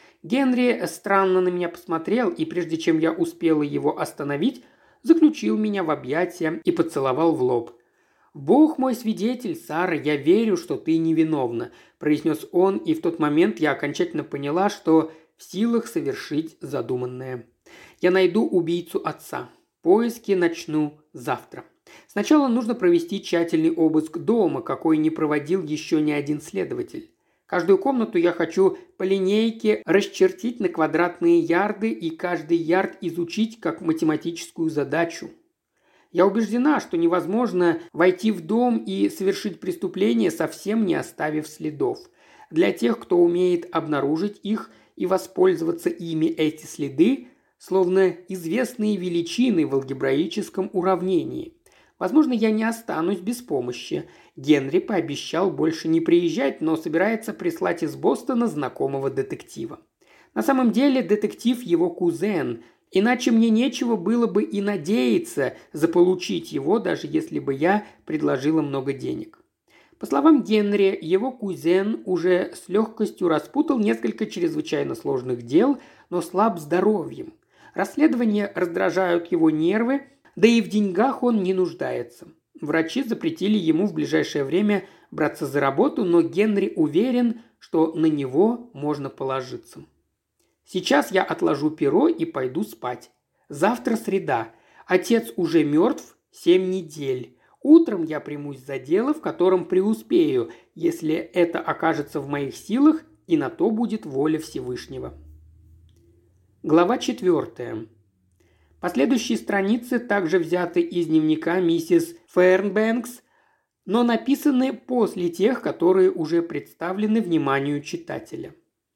Speaker 1: Генри странно на меня посмотрел, и прежде чем я успела его остановить, заключил меня в объятия и поцеловал в лоб. «Бог мой свидетель, Сара, я верю, что ты невиновна», – произнес он, и в тот момент я окончательно поняла, что в силах совершить задуманное. «Я найду убийцу отца. Поиски начну завтра. Сначала нужно провести тщательный обыск дома, какой не проводил еще ни один следователь. Каждую комнату я хочу по линейке расчертить на квадратные ярды и каждый ярд изучить как математическую задачу. Я убеждена, что невозможно войти в дом и совершить преступление, совсем не оставив следов. Для тех, кто умеет обнаружить их и воспользоваться ими, эти следы, словно известные величины в алгебраическом уравнении. Возможно, я не останусь без помощи. Генри пообещал больше не приезжать, но собирается прислать из Бостона знакомого детектива. На самом деле детектив его кузен, иначе мне нечего было бы и надеяться заполучить его, даже если бы я предложила много денег. По словам Генри, его кузен уже с легкостью распутал несколько чрезвычайно сложных дел, но слаб здоровьем. Расследования раздражают его нервы, да и в деньгах он не нуждается. Врачи запретили ему в ближайшее время браться за работу, но Генри уверен, что на него можно положиться. Сейчас я отложу перо и пойду спать. Завтра среда. Отец уже мертв семь недель. Утром я примусь за дело, в котором преуспею, если это окажется в моих силах, и на то будет воля Всевышнего. Глава четвертая. Последующие страницы также взяты из дневника миссис Фэрнбэнкс, но написаны после тех, которые уже представлены вниманию читателя.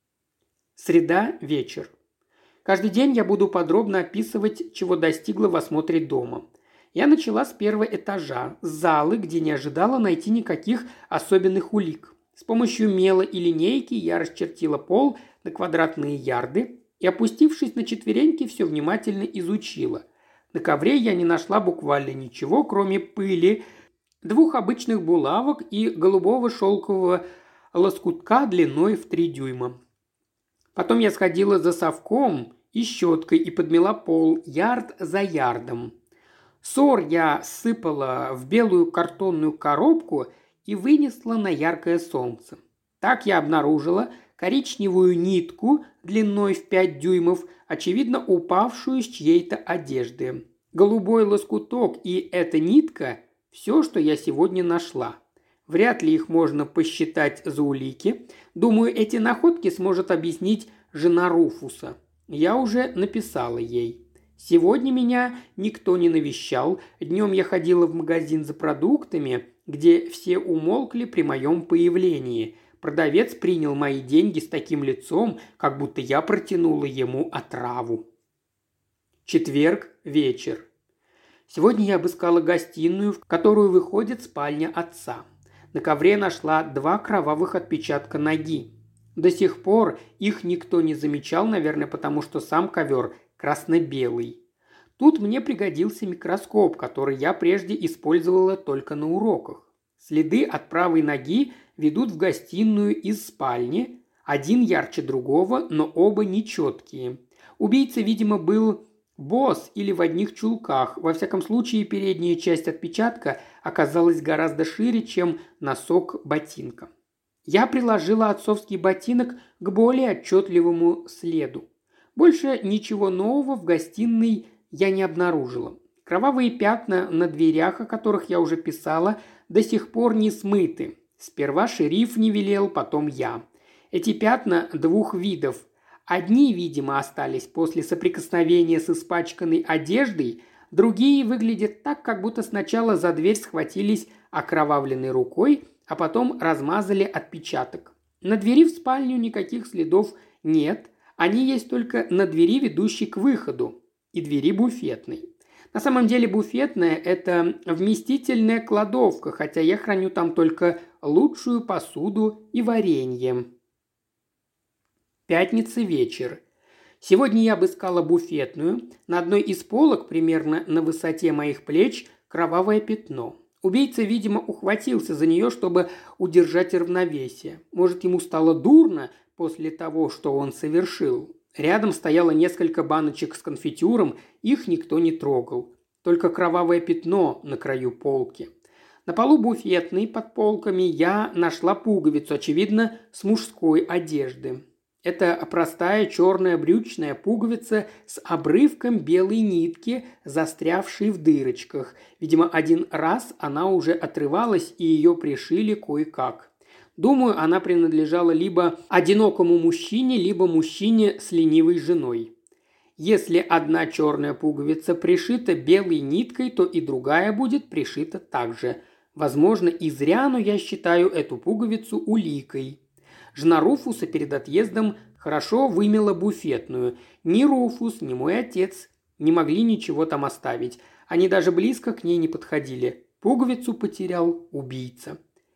Speaker 1: Среда, вечер. Каждый день я буду подробно описывать, чего достигла в осмотре дома. Я начала с первого этажа, с залы, где не ожидала найти никаких особенных улик. С помощью мела и линейки я расчертила пол на квадратные ярды и, опустившись на четвереньки, все внимательно изучила. На ковре я не нашла буквально ничего, кроме пыли, двух обычных булавок и голубого шелкового лоскутка длиной в три дюйма. Потом я сходила за совком и щеткой и подмела пол ярд за ярдом. Сор я сыпала в белую картонную коробку и вынесла на яркое солнце. Так я обнаружила коричневую нитку длиной в пять дюймов, очевидно упавшую с чьей-то одежды. Голубой лоскуток и эта нитка – все, что я сегодня нашла. Вряд ли их можно посчитать за улики. Думаю, эти находки сможет объяснить жена Руфуса. Я уже написала ей. Сегодня меня никто не навещал. Днем я ходила в магазин за продуктами, где все умолкли при моем появлении. Продавец принял мои деньги с таким лицом, как будто я протянула ему отраву. Четверг, вечер. Сегодня я обыскала гостиную, в которую выходит спальня отца. На ковре нашла два кровавых отпечатка ноги. До сих пор их никто не замечал, наверное, потому что сам ковер красно-белый. Тут мне пригодился микроскоп, который я прежде использовала только на уроках. Следы от правой ноги ведут в гостиную из спальни, один ярче другого, но оба нечеткие. Убийца, видимо, был босс или в одних чулках. Во всяком случае, передняя часть отпечатка оказалась гораздо шире, чем носок ботинка. Я приложила отцовский ботинок к более отчетливому следу. Больше ничего нового в гостиной я не обнаружила. Кровавые пятна на дверях, о которых я уже писала, до сих пор не смыты. Сперва шериф не велел, потом я. Эти пятна двух видов. Одни, видимо, остались после соприкосновения с испачканной одеждой, другие выглядят так, как будто сначала за дверь схватились окровавленной рукой, а потом размазали отпечаток. На двери в спальню никаких следов нет, они есть только на двери, ведущей к выходу, и двери буфетной. На самом деле буфетная – это вместительная кладовка, хотя я храню там только лучшую посуду и варенье. Пятница, вечер. Сегодня я обыскала буфетную. На одной из полок, примерно на высоте моих плеч, кровавое пятно. Убийца, видимо, ухватился за нее, чтобы удержать равновесие. Может, ему стало дурно после того, что он совершил. Рядом стояло несколько баночек с конфитюром, их никто не трогал. Только кровавое пятно на краю полки. На полу буфетной под полками я нашла пуговицу, очевидно, с мужской одежды. Это простая черная брючная пуговица с обрывком белой нитки, застрявшей в дырочках. Видимо, один раз она уже отрывалась, и ее пришили кое-как. Думаю, она принадлежала либо одинокому мужчине, либо мужчине с ленивой женой. Если одна черная пуговица пришита белой ниткой, то и другая будет пришита так же. Возможно, и зря, но я считаю эту пуговицу уликой. Жена Руфуса перед отъездом хорошо вымела буфетную. Ни Руфус, ни мой отец не могли ничего там оставить. Они даже близко к ней не подходили. Пуговицу потерял убийца.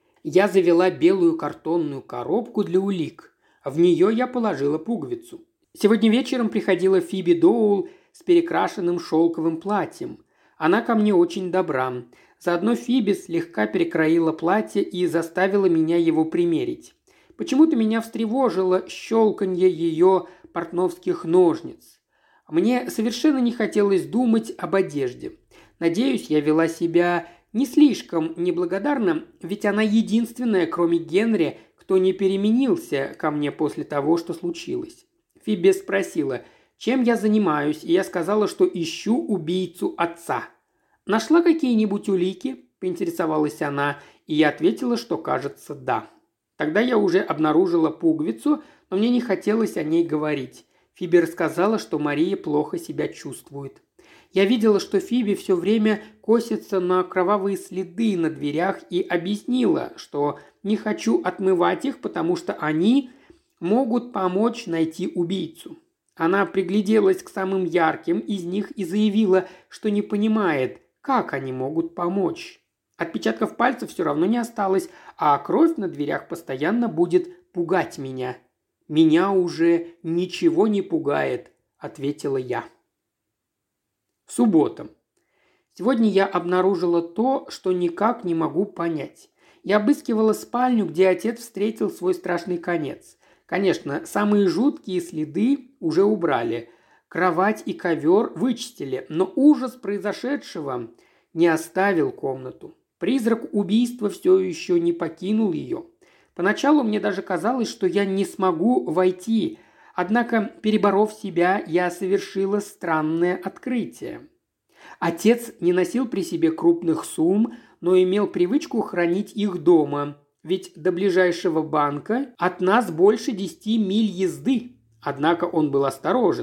Speaker 1: Я завела белую картонную коробку для улик. В нее я положила пуговицу. Сегодня вечером приходила Фиби Доул с перекрашенным шелковым платьем. Она ко мне очень добра. Заодно Фиби слегка перекроила платье и заставила меня его примерить. Почему-то меня встревожило щелканье ее портновских ножниц. Мне совершенно не хотелось думать об одежде. Надеюсь, я вела себя не слишком неблагодарно, ведь она единственная, кроме Генри, кто не переменился ко мне после того, что случилось. Фиби спросила, чем я занимаюсь, и я сказала, что ищу убийцу отца. «Нашла какие-нибудь улики?» – поинтересовалась она, и я ответила, что, кажется, да. Тогда я уже обнаружила пуговицу, но мне не хотелось о ней говорить. Фиби рассказала, что Мария плохо себя чувствует. Я видела, что Фиби все время косится на кровавые следы на дверях и объяснила, что не хочу отмывать их, потому что они могут помочь найти убийцу. Она пригляделась к самым ярким из них и заявила, что не понимает, как они могут помочь. Отпечатков пальцев все равно не осталось, а кровь на дверях постоянно будет пугать меня. «Меня уже ничего не пугает», – ответила я. Суббота. Сегодня я обнаружила то, что никак не могу понять. Я обыскивала спальню, где отец встретил свой страшный конец. Конечно, самые жуткие следы уже убрали. Кровать и ковер вычистили, но ужас произошедшего не оставил комнату. Призрак убийства все еще не покинул ее. Поначалу мне даже казалось, что я не смогу войти. Однако, переборов себя, я совершила странное открытие. Отец не носил при себе крупных сумм, но имел привычку хранить их дома. Ведь до ближайшего банка от нас больше десяти миль езды. Однако он был осторожен.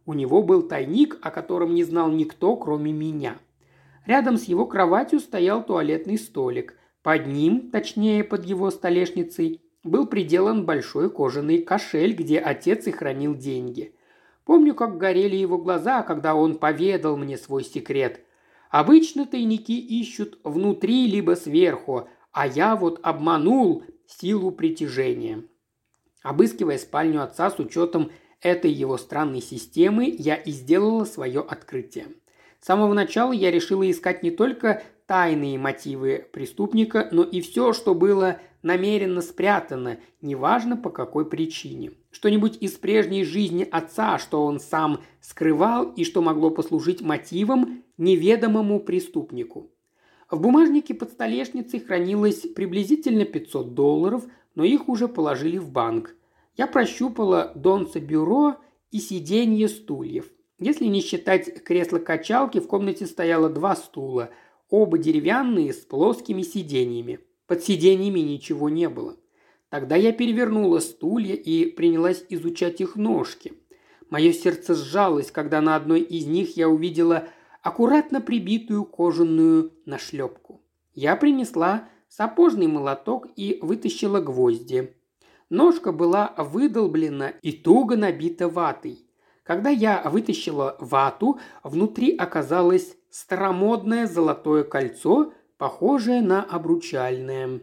Speaker 1: У него был тайник, о котором не знал никто, кроме меня. Рядом с его кроватью стоял туалетный столик. Под ним, точнее под его столешницей, был приделан большой кожаный кошель, где отец и хранил деньги. Помню, как горели его глаза, когда он поведал мне свой секрет. Обычно тайники ищут внутри либо сверху, а я вот обманул силу притяжения. Обыскивая спальню отца с учетом этой его странной системы, я и сделала свое открытие. С самого начала я решила искать не только тайные мотивы преступника, но и все, что было намеренно спрятано, неважно по какой причине. Что-нибудь из прежней жизни отца, что он сам скрывал и что могло послужить мотивом неведомому преступнику. В бумажнике под столешницей хранилось приблизительно пятьсот долларов, но их уже положили в банк. Я прощупала донце бюро и сиденье стульев. Если не считать кресла-качалки, в комнате стояло два стула, оба деревянные с плоскими сиденьями. Под сиденьями ничего не было. Тогда я перевернула стулья и принялась изучать их ножки. Мое сердце сжалось, когда на одной из них я увидела аккуратно прибитую кожаную нашлепку. Я принесла сапожный молоток и вытащила гвозди. Ножка была выдолблена и туго набита ватой. Когда я вытащила вату, внутри оказалось старомодное золотое кольцо, похожее на обручальное.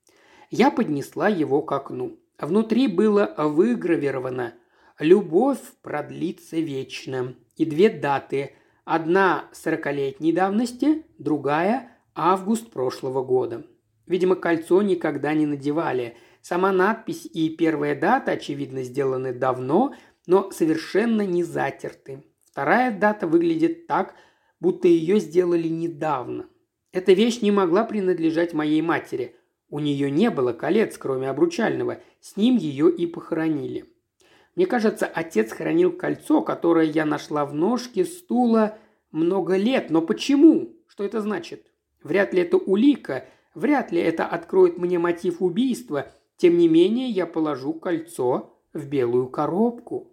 Speaker 1: Я поднесла его к окну. Внутри было выгравировано «Любовь продлится вечно» и две даты. Одна сорокалетней давности, другая – август прошлого года. Видимо, кольцо никогда не надевали. Сама надпись и первая дата, очевидно, сделаны давно, но совершенно не затерты. Вторая дата выглядит так, будто ее сделали недавно. Эта вещь не могла принадлежать моей матери. У нее не было колец, кроме обручального. С ним ее и похоронили. Мне кажется, отец хранил кольцо, которое я нашла в ножке стула много лет. Но почему? Что это значит? Вряд ли это улика, вряд ли это откроет мне мотив убийства. Тем не менее, я положу кольцо в белую коробку.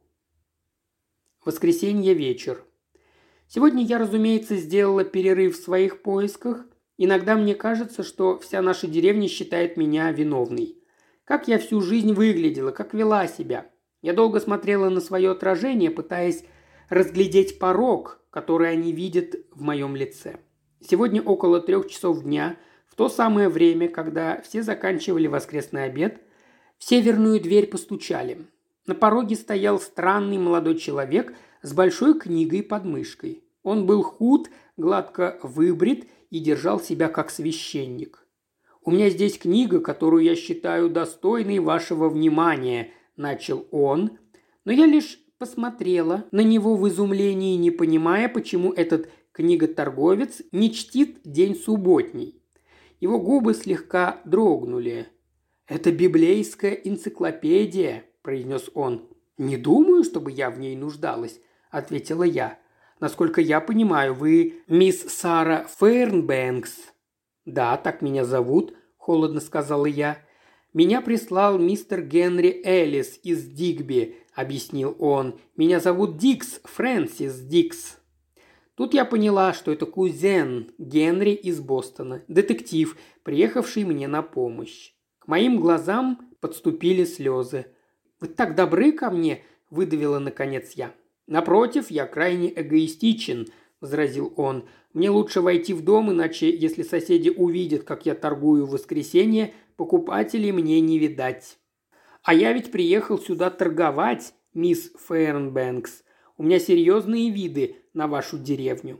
Speaker 1: Воскресенье вечер. Сегодня я, разумеется, сделала перерыв в своих поисках. Иногда мне кажется, что вся наша деревня считает меня виновной. Как я всю жизнь выглядела, как вела себя. Я долго смотрела на свое отражение, пытаясь разглядеть порок, который они видят в моем лице. Сегодня около трех часов дня, в то самое время, когда все заканчивали воскресный обед, в северную дверь постучали. На пороге стоял странный молодой человек с большой книгой под мышкой. Он был худ, гладко выбрит и держал себя как священник. «У меня здесь книга, которую я считаю достойной вашего внимания», – начал он, но я лишь посмотрела на него в изумлении, не понимая, почему этот книготорговец не чтит день субботний. Его губы слегка дрогнули. «Это библейская энциклопедия», – произнес он. «Не думаю, чтобы я в ней нуждалась», – ответила я. «Насколько я понимаю, вы мисс Сара Фейрнбэнкс?» «Да, так меня зовут», – холодно сказала я. «Меня прислал мистер Генри Эллис из Дигби», – объяснил он. «Меня зовут Дикс, Фрэнсис Дикс». Тут я поняла, что это кузен Генри из Бостона, детектив, приехавший мне на помощь. К моим глазам подступили слезы. «Вы так добры ко мне», – выдавила наконец я. «Напротив, я крайне эгоистичен», – возразил он. «Мне лучше войти в дом, иначе, если соседи увидят, как я торгую в воскресенье, покупателей мне не видать. А я ведь приехал сюда торговать, мисс Фейрнбэнкс. У меня серьезные виды на вашу деревню».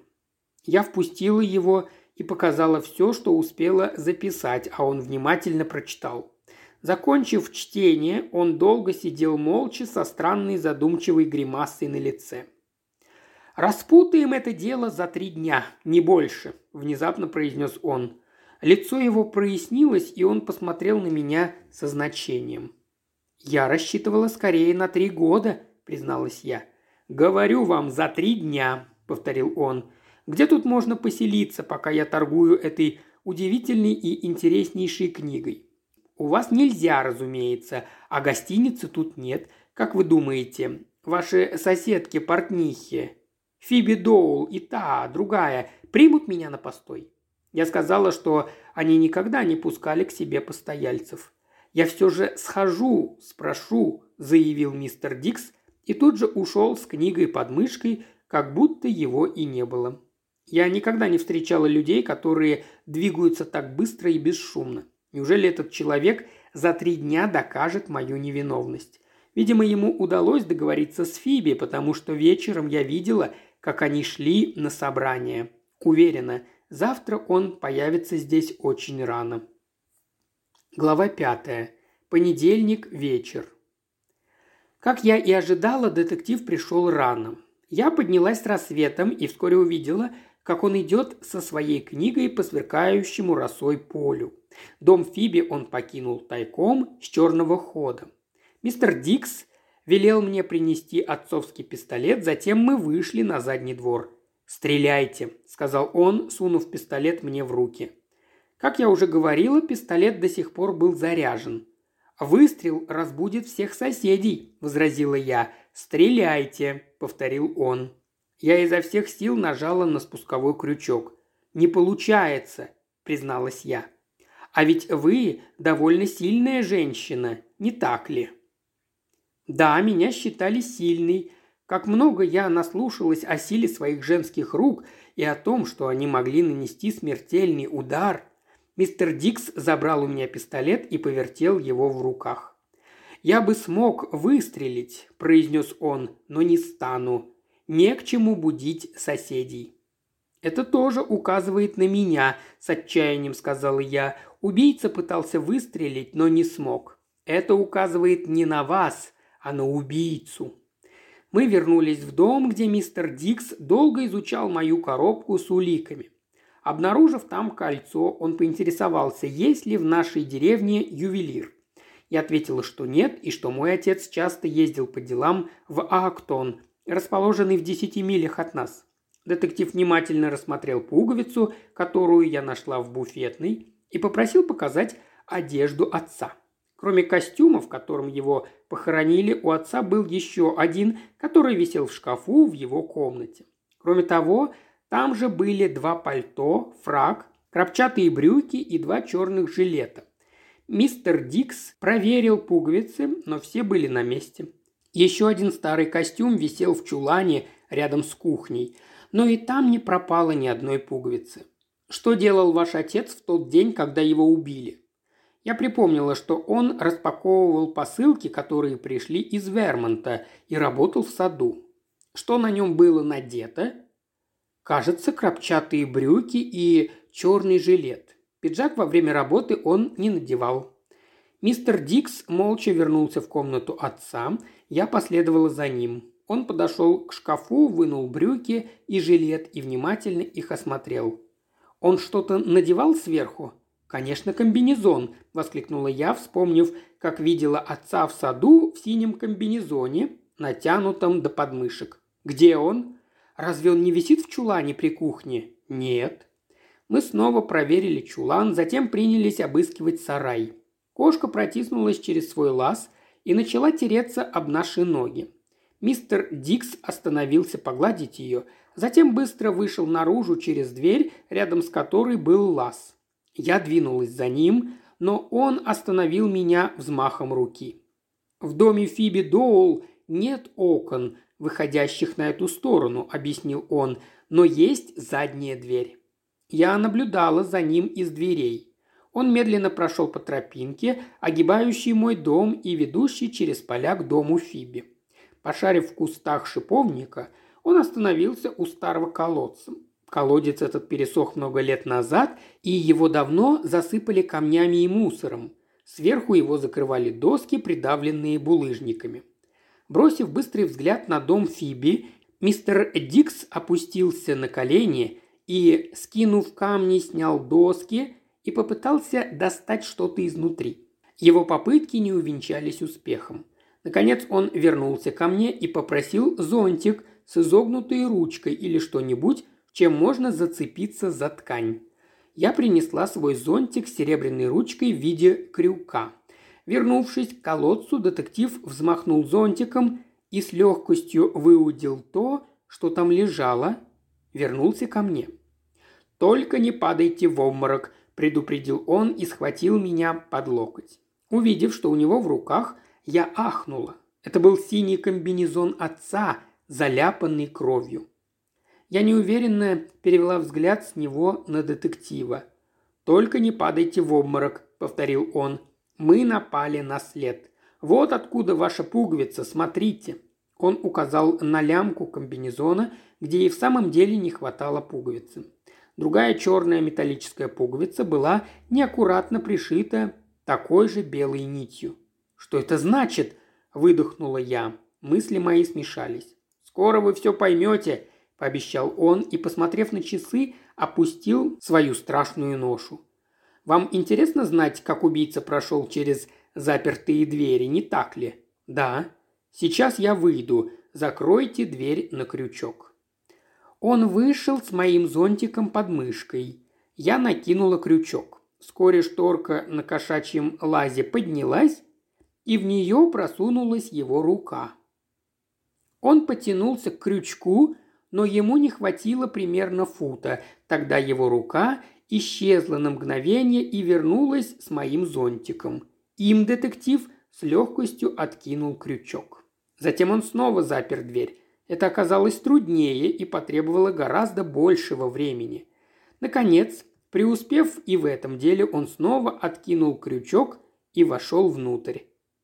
Speaker 1: Я впустила его и показала все, что успела записать, а он внимательно прочитал. Закончив чтение, он долго сидел молча со странной задумчивой гримасой на лице. «Распутаем это дело за три дня, не больше», – внезапно произнес он. Лицо его прояснилось, и он посмотрел на меня со значением. «Я рассчитывала скорее на три года», – призналась я. «Говорю вам, за три дня», – повторил он. «Где тут можно поселиться, пока я торгую этой удивительной и интереснейшей книгой? У вас нельзя, разумеется, а гостиницы тут нет. Как вы думаете, Ваши соседки-портнихи, Фиби Доул и та, другая, примут меня на постой?» Я сказала, что они никогда не пускали к себе постояльцев. «Я все же схожу, спрошу», – заявил мистер Дикс, и тут же ушел с книгой под мышкой, как будто его и не было. Я никогда не встречала людей, которые двигаются так быстро и бесшумно. Неужели этот человек за три дня докажет мою невиновность? Видимо, ему удалось договориться с Фиби, потому что вечером я видела, как они шли на собрание. Уверена, завтра он появится здесь очень рано. Глава пятая. Понедельник, вечер. Как я и ожидала, детектив пришел рано. Я поднялась с рассветом и вскоре увидела, как он идет со своей книгой по сверкающему росой полю. Дом Фиби он покинул тайком с черного хода. Мистер Дикс велел мне принести отцовский пистолет, затем мы вышли на задний двор. «Стреляйте», – сказал он, сунув пистолет мне в руки. Как я уже говорила, пистолет до сих пор был заряжен. «Выстрел разбудит всех соседей», – возразила я. «Стреляйте», – повторил он. Я изо всех сил нажала на спусковой крючок. «Не получается», – призналась я. «А ведь вы довольно сильная женщина, не так ли?» Да, меня считали сильной. Как много я наслушалась о силе своих женских рук и о том, что они могли нанести смертельный удар. Мистер Дикс забрал у меня пистолет и повертел его в руках. «Я бы смог выстрелить», – произнес он, – «но не стану. Не к чему будить соседей». «Это тоже указывает на меня», – с отчаянием сказала я. «Убийца пытался выстрелить, но не смог. Это указывает не на вас, а на убийцу». Мы вернулись в дом, где мистер Дикс долго изучал мою коробку с уликами. Обнаружив там кольцо, он поинтересовался, есть ли в нашей деревне ювелир. Я ответила, что нет, и что мой отец часто ездил по делам в Аактон, расположенный в десяти милях от нас. Детектив внимательно рассмотрел пуговицу, которую я нашла в буфетной, и попросил показать одежду отца. Кроме костюма, в котором его похоронили, у отца был еще один, который висел в шкафу в его комнате. Кроме того, там же были два пальто, фрак, крапчатые брюки и два черных жилета. Мистер Дикс проверил пуговицы, но все были на месте. Еще один старый костюм висел в чулане рядом с кухней, но и там не пропало ни одной пуговицы. «Что делал ваш отец в тот день, когда его убили?» Я припомнила, что он распаковывал посылки, которые пришли из Вермонта, и работал в саду. Что на нем было надето? Кажется, крапчатые брюки и черный жилет. Пиджак во время работы он не надевал. Мистер Дикс молча вернулся в комнату отца, я последовала за ним. Он подошел к шкафу, вынул брюки и жилет и внимательно их осмотрел. «Он что-то надевал сверху?» «Конечно, комбинезон», – воскликнула я, вспомнив, как видела отца в саду в синем комбинезоне, натянутом до подмышек. «Где он? Разве он не висит в чулане при кухне?» «Нет». Мы снова проверили чулан, затем принялись обыскивать сарай. Кошка протиснулась через свой лаз и начала тереться об наши ноги. Мистер Дикс остановился погладить ее, затем быстро вышел наружу через дверь, рядом с которой был лаз. Я двинулась за ним, но он остановил меня взмахом руки. «В доме Фиби Доул нет окон, выходящих на эту сторону», – объяснил он, – «но есть задняя дверь». Я наблюдала за ним из дверей. Он медленно прошел по тропинке, огибающей мой дом и ведущей через поля к дому Фиби. Пошарив в кустах шиповника, он остановился у старого колодца. Колодец этот пересох много лет назад, и его давно засыпали камнями и мусором. Сверху его закрывали доски, придавленные булыжниками. Бросив быстрый взгляд на дом Фиби, мистер Дикс опустился на колени и, скинув камни, снял доски и попытался достать что-то изнутри. Его попытки не увенчались успехом. Наконец он вернулся ко мне и попросил зонтик с изогнутой ручкой или что-нибудь, чем можно зацепиться за ткань. Я принесла свой зонтик с серебряной ручкой в виде крюка. Вернувшись к колодцу, детектив взмахнул зонтиком, и с легкостью выудил то, что там лежало, вернулся ко мне. «Только не падайте в обморок», – предупредил он и схватил меня под локоть. Увидев, что у него в руках, я ахнула. Это был синий комбинезон отца, заляпанный кровью. Я неуверенно перевела взгляд с него на детектива. «Только не падайте в обморок», – повторил он. «Мы напали на след. Вот откуда ваша пуговица, смотрите». Он указал на лямку комбинезона, где и в самом деле не хватало пуговицы. Другая черная металлическая пуговица была неаккуратно пришита такой же белой нитью. «Что это значит?» – выдохнула я. Мысли мои смешались. «Скоро вы все поймете», – пообещал он и, посмотрев на часы, опустил свою страшную ношу. «Вам интересно знать, как убийца прошел через запертые двери, не так ли?» «Да». «Сейчас я выйду. Закройте дверь на крючок». Он вышел с моим зонтиком под мышкой. Я накинула крючок. Вскоре шторка на кошачьем лазе поднялась, и в нее просунулась его рука. Он потянулся к крючку, но ему не хватило примерно фута. Тогда его рука исчезла на мгновение и вернулась с моим зонтиком. Им детектив с легкостью откинул крючок. Затем он снова запер дверь. Это оказалось труднее и потребовало гораздо большего времени. Наконец, преуспев и в этом деле, он снова откинул крючок и вошел внутрь.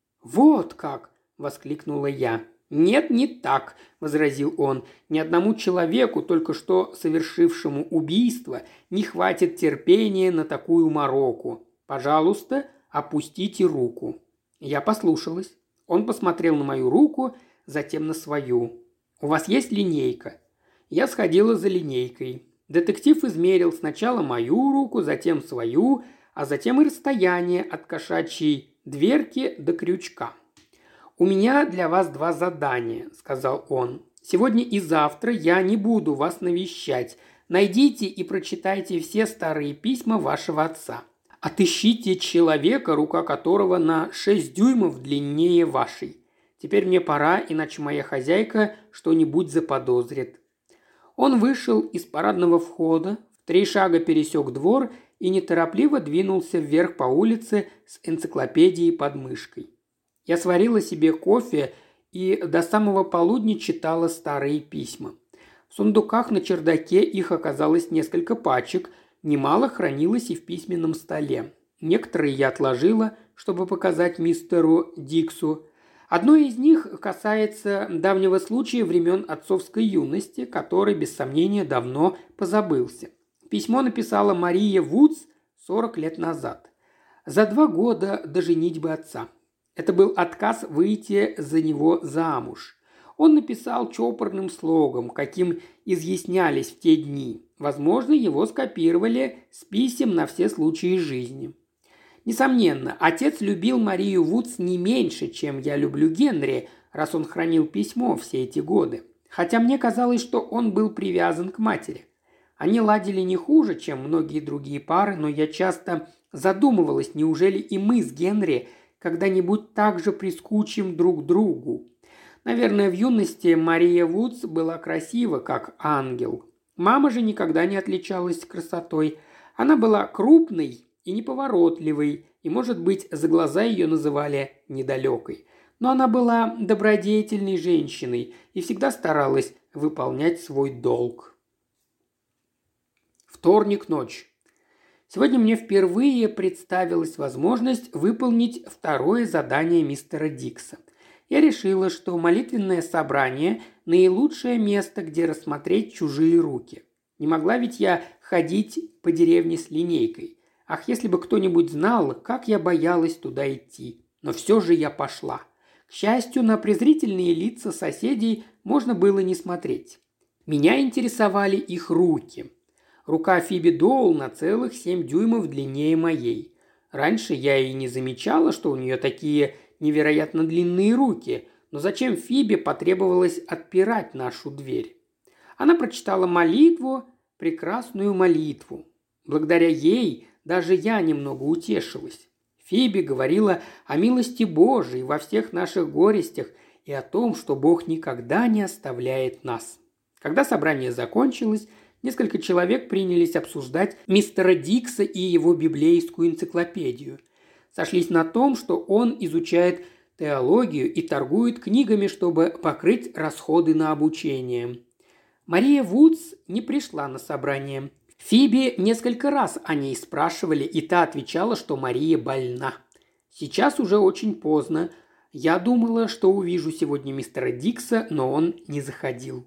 Speaker 1: «Вот как!» – воскликнула я. «Нет, не так», – возразил он. «Ни одному человеку, только что совершившему убийство, не хватит терпения на такую мороку. Пожалуйста, опустите руку». Я послушалась. Он посмотрел на мою руку, затем на свою. «У вас есть линейка?» Я сходила за линейкой. Детектив измерил сначала мою руку, затем свою, а затем и расстояние от кошачьей дверки до крючка. «У меня для вас два задания», – сказал он. «Сегодня и завтра я не буду вас навещать. Найдите и прочитайте все старые письма вашего отца. Отыщите человека, рука которого на шесть дюймов длиннее вашей. Теперь мне пора, иначе моя хозяйка что-нибудь заподозрит». Он вышел из парадного входа, в три шага пересек двор и неторопливо двинулся вверх по улице с энциклопедией под мышкой. Я сварила себе кофе и до самого полудня читала старые письма. В сундуках на чердаке их оказалось несколько пачек, немало хранилось и в письменном столе. Некоторые я отложила, чтобы показать мистеру Диксу. Одно из них касается давнего случая времен отцовской юности, который, без сомнения, давно позабылся. Письмо написала Мария Вудс сорок лет назад, за два года до женитьбы отца. Это был отказ выйти за него замуж. Он написал чопорным слогом, каким изъяснялись в те дни. Возможно, его скопировали с писем на все случаи жизни. Несомненно, отец любил Марию Вудс не меньше, чем я люблю Генри, раз он хранил письмо все эти годы. Хотя мне казалось, что он был привязан к матери. Они ладили не хуже, чем многие другие пары, но я часто задумывалась, неужели и мы с Генри когда-нибудь так же прискучим друг другу. Наверное, в юности Мария Вудс была красива, как ангел. Мама же никогда не отличалась красотой. Она была крупной и неповоротливой, и, может быть, за глаза ее называли недалекой. Но она была добродетельной женщиной и всегда старалась выполнять свой долг. Вторник, ночь. Сегодня мне впервые представилась возможность выполнить второе задание мистера Дикса. Я решила, что молитвенное собрание – наилучшее место, где рассмотреть чужие руки. Не могла ведь я ходить по деревне с линейкой. Ах, если бы кто-нибудь знал, как я боялась туда идти. Но все же я пошла. К счастью, на презрительные лица соседей можно было не смотреть. Меня интересовали их руки. Рука Фиби Доул на целых семь дюймов длиннее моей. Раньше я и не замечала, что у нее такие невероятно длинные руки, но зачем Фиби потребовалось отпирать нашу дверь? Она прочитала молитву, прекрасную молитву. Благодаря ей даже я немного утешилась. Фиби говорила о милости Божией во всех наших горестях и о том, что Бог никогда не оставляет нас. Когда собрание закончилось, несколько человек принялись обсуждать мистера Дикса и его библейскую энциклопедию. Сошлись на том, что он изучает теологию и торгует книгами, чтобы покрыть расходы на обучение. Мария Вудс не пришла на собрание. Фиби несколько раз о ней спрашивали, и та отвечала, что Мария больна. Сейчас уже очень поздно. Я думала, что увижу сегодня мистера Дикса, но он не заходил.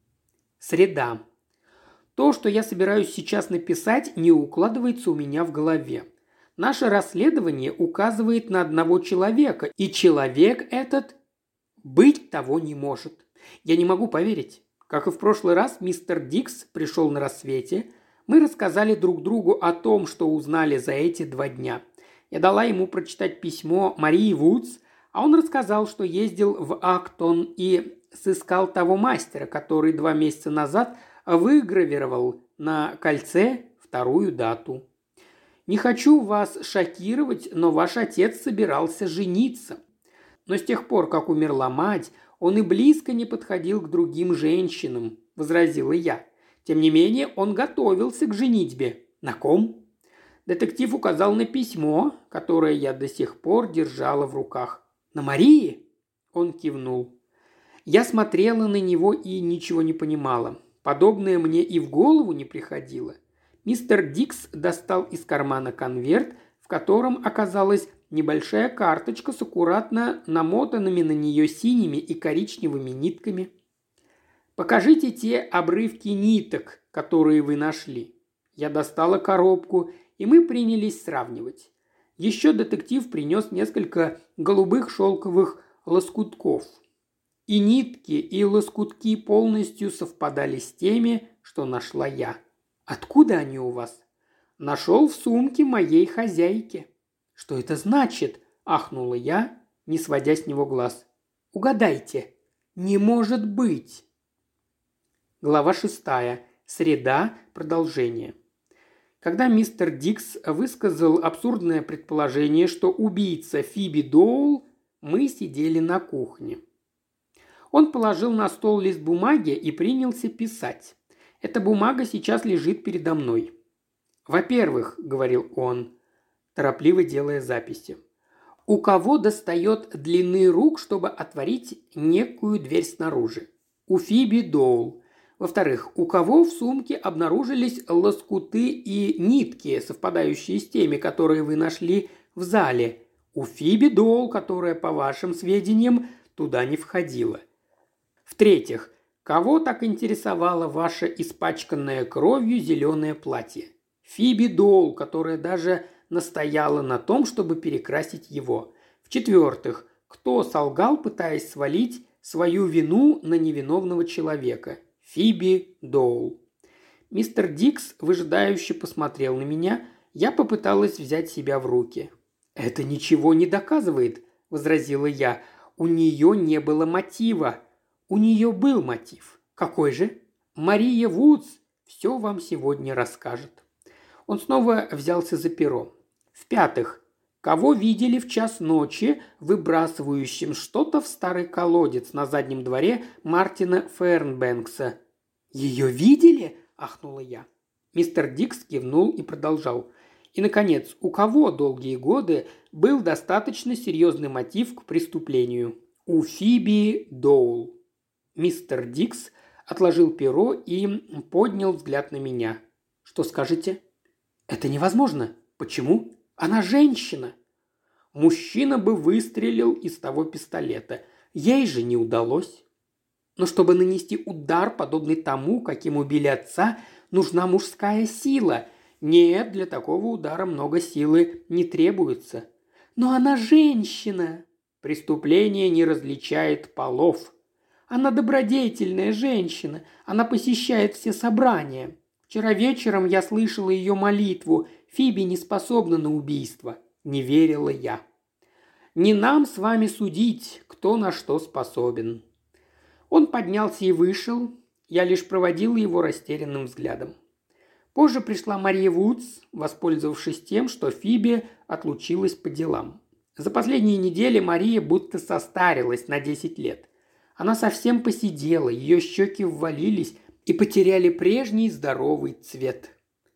Speaker 1: Среда. То, что я собираюсь сейчас написать, не укладывается у меня в голове. Наше расследование указывает на одного человека, и человек этот быть того не может. Я не могу поверить. Как и в прошлый раз, мистер Дикс пришел на рассвете. Мы рассказали друг другу о том, что узнали за эти два дня. Я дала ему прочитать письмо Марии Вудс, а он рассказал, что ездил в Актон и сыскал того мастера, который два месяца назад выгравировал на кольце вторую дату. Не хочу вас шокировать, но ваш отец собирался жениться. Но с тех пор, как умерла мать, он и близко не подходил к другим женщинам, возразила я. Тем не менее, он готовился к женитьбе. На ком? Детектив указал на письмо, которое я до сих пор держала в руках. На Марии? Он кивнул. Я смотрела на него и ничего не понимала. Подобное мне и в голову не приходило. Мистер Дикс достал из кармана конверт, в котором оказалась небольшая карточка с аккуратно намотанными на нее синими и коричневыми нитками. «Покажите те обрывки ниток, которые вы нашли». Я достала коробку, и мы принялись сравнивать. Еще детектив принес несколько голубых шелковых лоскутков. И нитки, и лоскутки полностью совпадали с теми, что нашла я. «Откуда они у вас?» «Нашел в сумке моей хозяйки». «Что это значит?» – ахнула я, не сводя с него глаз. «Угадайте». «Не может быть!» Глава шестая. Среда. Продолжение. Когда мистер Дикс высказал абсурдное предположение, что убийца Фиби Доул, мы сидели на кухне. Он положил на стол лист бумаги и принялся писать. Эта бумага сейчас лежит передо мной. «Во-первых, — говорил он, торопливо делая записи, — у кого достает длины рук, чтобы отворить некую дверь снаружи? У Фиби Доул. Во-вторых, у кого в сумке обнаружились лоскуты и нитки, совпадающие с теми, которые вы нашли в зале? У Фиби Доул, которая, по вашим сведениям, туда не входила. В-третьих, кого так интересовало ваше испачканное кровью зеленое платье? Фиби Доул, которая даже настояла на том, чтобы перекрасить его. В-четвертых, кто солгал, пытаясь свалить свою вину на невиновного человека? Фиби Доул. Мистер Дикс выжидающе посмотрел на меня. Я попыталась взять себя в руки. «Это ничего не доказывает», – возразила я. «У нее не было мотива». «У нее был мотив». «Какой же?» «Мария Вудс все вам сегодня расскажет». Он снова взялся за перо. В-пятых, кого видели в час ночи выбрасывающим что-то в старый колодец на заднем дворе Мартина Фернбэнкса? «Ее видели?» – ахнула я. Мистер Дикс кивнул и продолжал. И, наконец, у кого долгие годы был достаточно серьезный мотив к преступлению? У Фиби Доул. Мистер Дикс отложил перо и поднял взгляд на меня. «Что скажете?» «Это невозможно. Почему? Она женщина». Мужчина бы выстрелил из того пистолета. Ей же не удалось. Но чтобы нанести удар, подобный тому, каким убили отца, нужна мужская сила. Нет, для такого удара много силы не требуется. Но она женщина. Преступление не различает полов. Она добродетельная женщина. Она посещает все собрания. Вчера вечером я слышала ее молитву. Фиби не способна на убийство. Не верила я. Не нам с вами судить, кто на что способен. Он поднялся и вышел. Я лишь проводила его растерянным взглядом. Позже пришла Мария Вудс, воспользовавшись тем, что Фиби отлучилась по делам. За последние недели Мария будто состарилась на десять лет. Она совсем посидела, ее щеки ввалились и потеряли прежний здоровый цвет.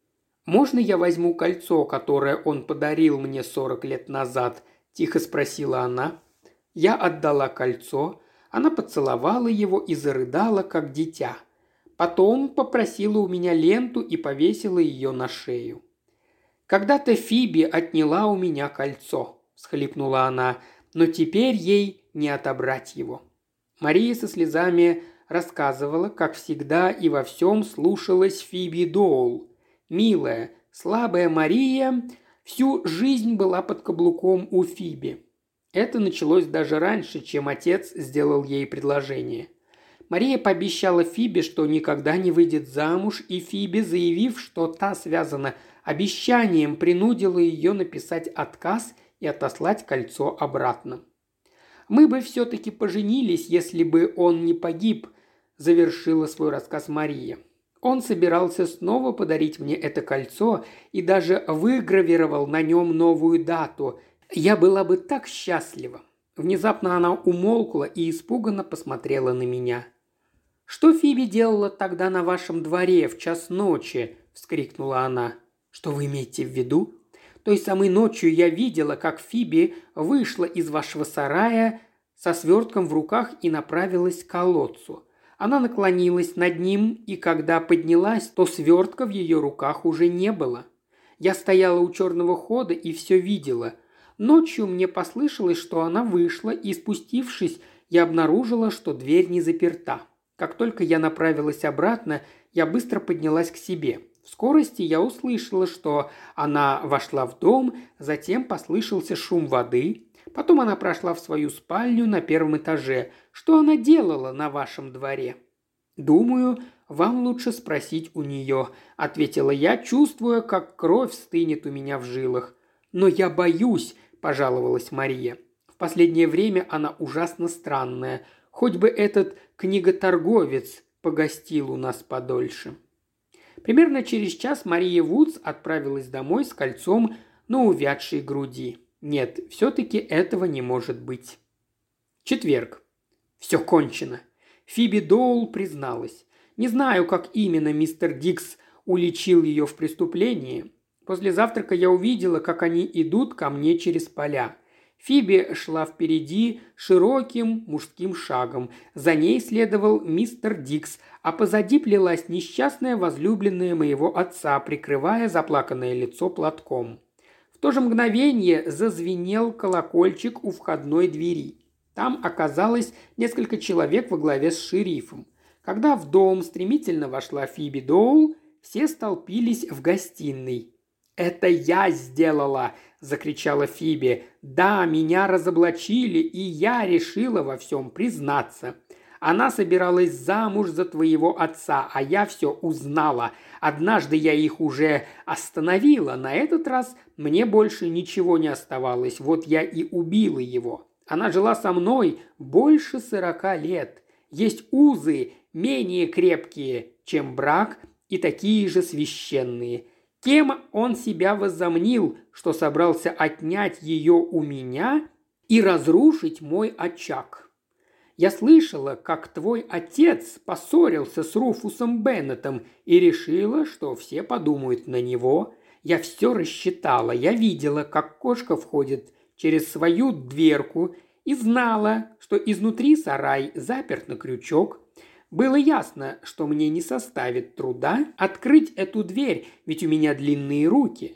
Speaker 1: «Можно я возьму кольцо, которое он подарил мне сорок лет назад?» – тихо спросила она. Я отдала кольцо, она поцеловала его и зарыдала, как дитя. Потом попросила у меня ленту и повесила ее на шею. «Когда-то Фиби отняла у меня кольцо», – всхлипнула она, – «но теперь ей не отобрать его». Мария со слезами рассказывала, как всегда и во всем слушалась Фиби Доул. Милая, слабая Мария всю жизнь была под каблуком у Фиби. Это началось даже раньше, чем отец сделал ей предложение. Мария пообещала Фиби, что никогда не выйдет замуж, и Фиби, заявив, что та связана обещанием, принудила ее написать отказ и отослать кольцо обратно. «Мы бы все-таки поженились, если бы он не погиб», – завершила свой рассказ Мария. «Он собирался снова подарить мне это кольцо и даже выгравировал на нем новую дату. Я была бы так счастлива». Внезапно она умолкла и испуганно посмотрела на меня. «Что Фиби делала тогда на вашем дворе в час ночи?» – вскрикнула она. «Что вы имеете в виду?» «Той самой ночью я видела, как Фиби вышла из вашего сарая со свертком в руках и направилась к колодцу. Она наклонилась над ним, и когда поднялась, то свертка в ее руках уже не было. Я стояла у черного хода и все видела. Ночью мне послышалось, что она вышла, и, спустившись, я обнаружила, что дверь не заперта. Как только я направилась обратно, я быстро поднялась к себе. В скорости я услышала, что она вошла в дом, затем послышался шум воды. Потом она прошла в свою спальню на первом этаже. Что она делала на вашем дворе?» «Думаю, вам лучше спросить у нее», – ответила я, чувствуя, как кровь стынет у меня в жилах. «Но я боюсь», – пожаловалась Мария. «В последнее время она ужасно странная. Хоть бы этот книготорговец погостил у нас подольше». Примерно через час Мария Вудс отправилась домой с кольцом на увядшей груди. Нет, все-таки этого не может быть. Четверг. Все кончено. Фиби Доул призналась. Не знаю, как именно мистер Дикс уличил ее в преступлении. После завтрака я увидела, как они идут ко мне через поля. Фиби шла впереди широким мужским шагом. За ней следовал мистер Дикс, а позади плелась несчастная возлюбленная моего отца, прикрывая заплаканное лицо платком. В то же мгновение зазвенел колокольчик у входной двери. Там оказалось несколько человек во главе с шерифом. Когда в дом стремительно вошла Фиби Доул, все столпились в гостиной. «Это я сделала!» – закричала Фиби. «Да, меня разоблачили, и я решила во всем признаться. Она собиралась замуж за твоего отца, а я все узнала. Однажды я их уже остановила, на этот раз мне больше ничего не оставалось, вот я и убила его. Она жила со мной больше сорока лет. Есть узы менее крепкие, чем брак, и такие же священные. Кем он себя возомнил, что собрался отнять ее у меня и разрушить мой очаг? Я слышала, как твой отец поссорился с Руфусом Беннетом и решила, что все подумают на него. Я все рассчитала, я видела, как кошка входит через свою дверку и знала, что изнутри сарай заперт на крючок. Было ясно, что мне не составит труда открыть эту дверь, ведь у меня длинные руки.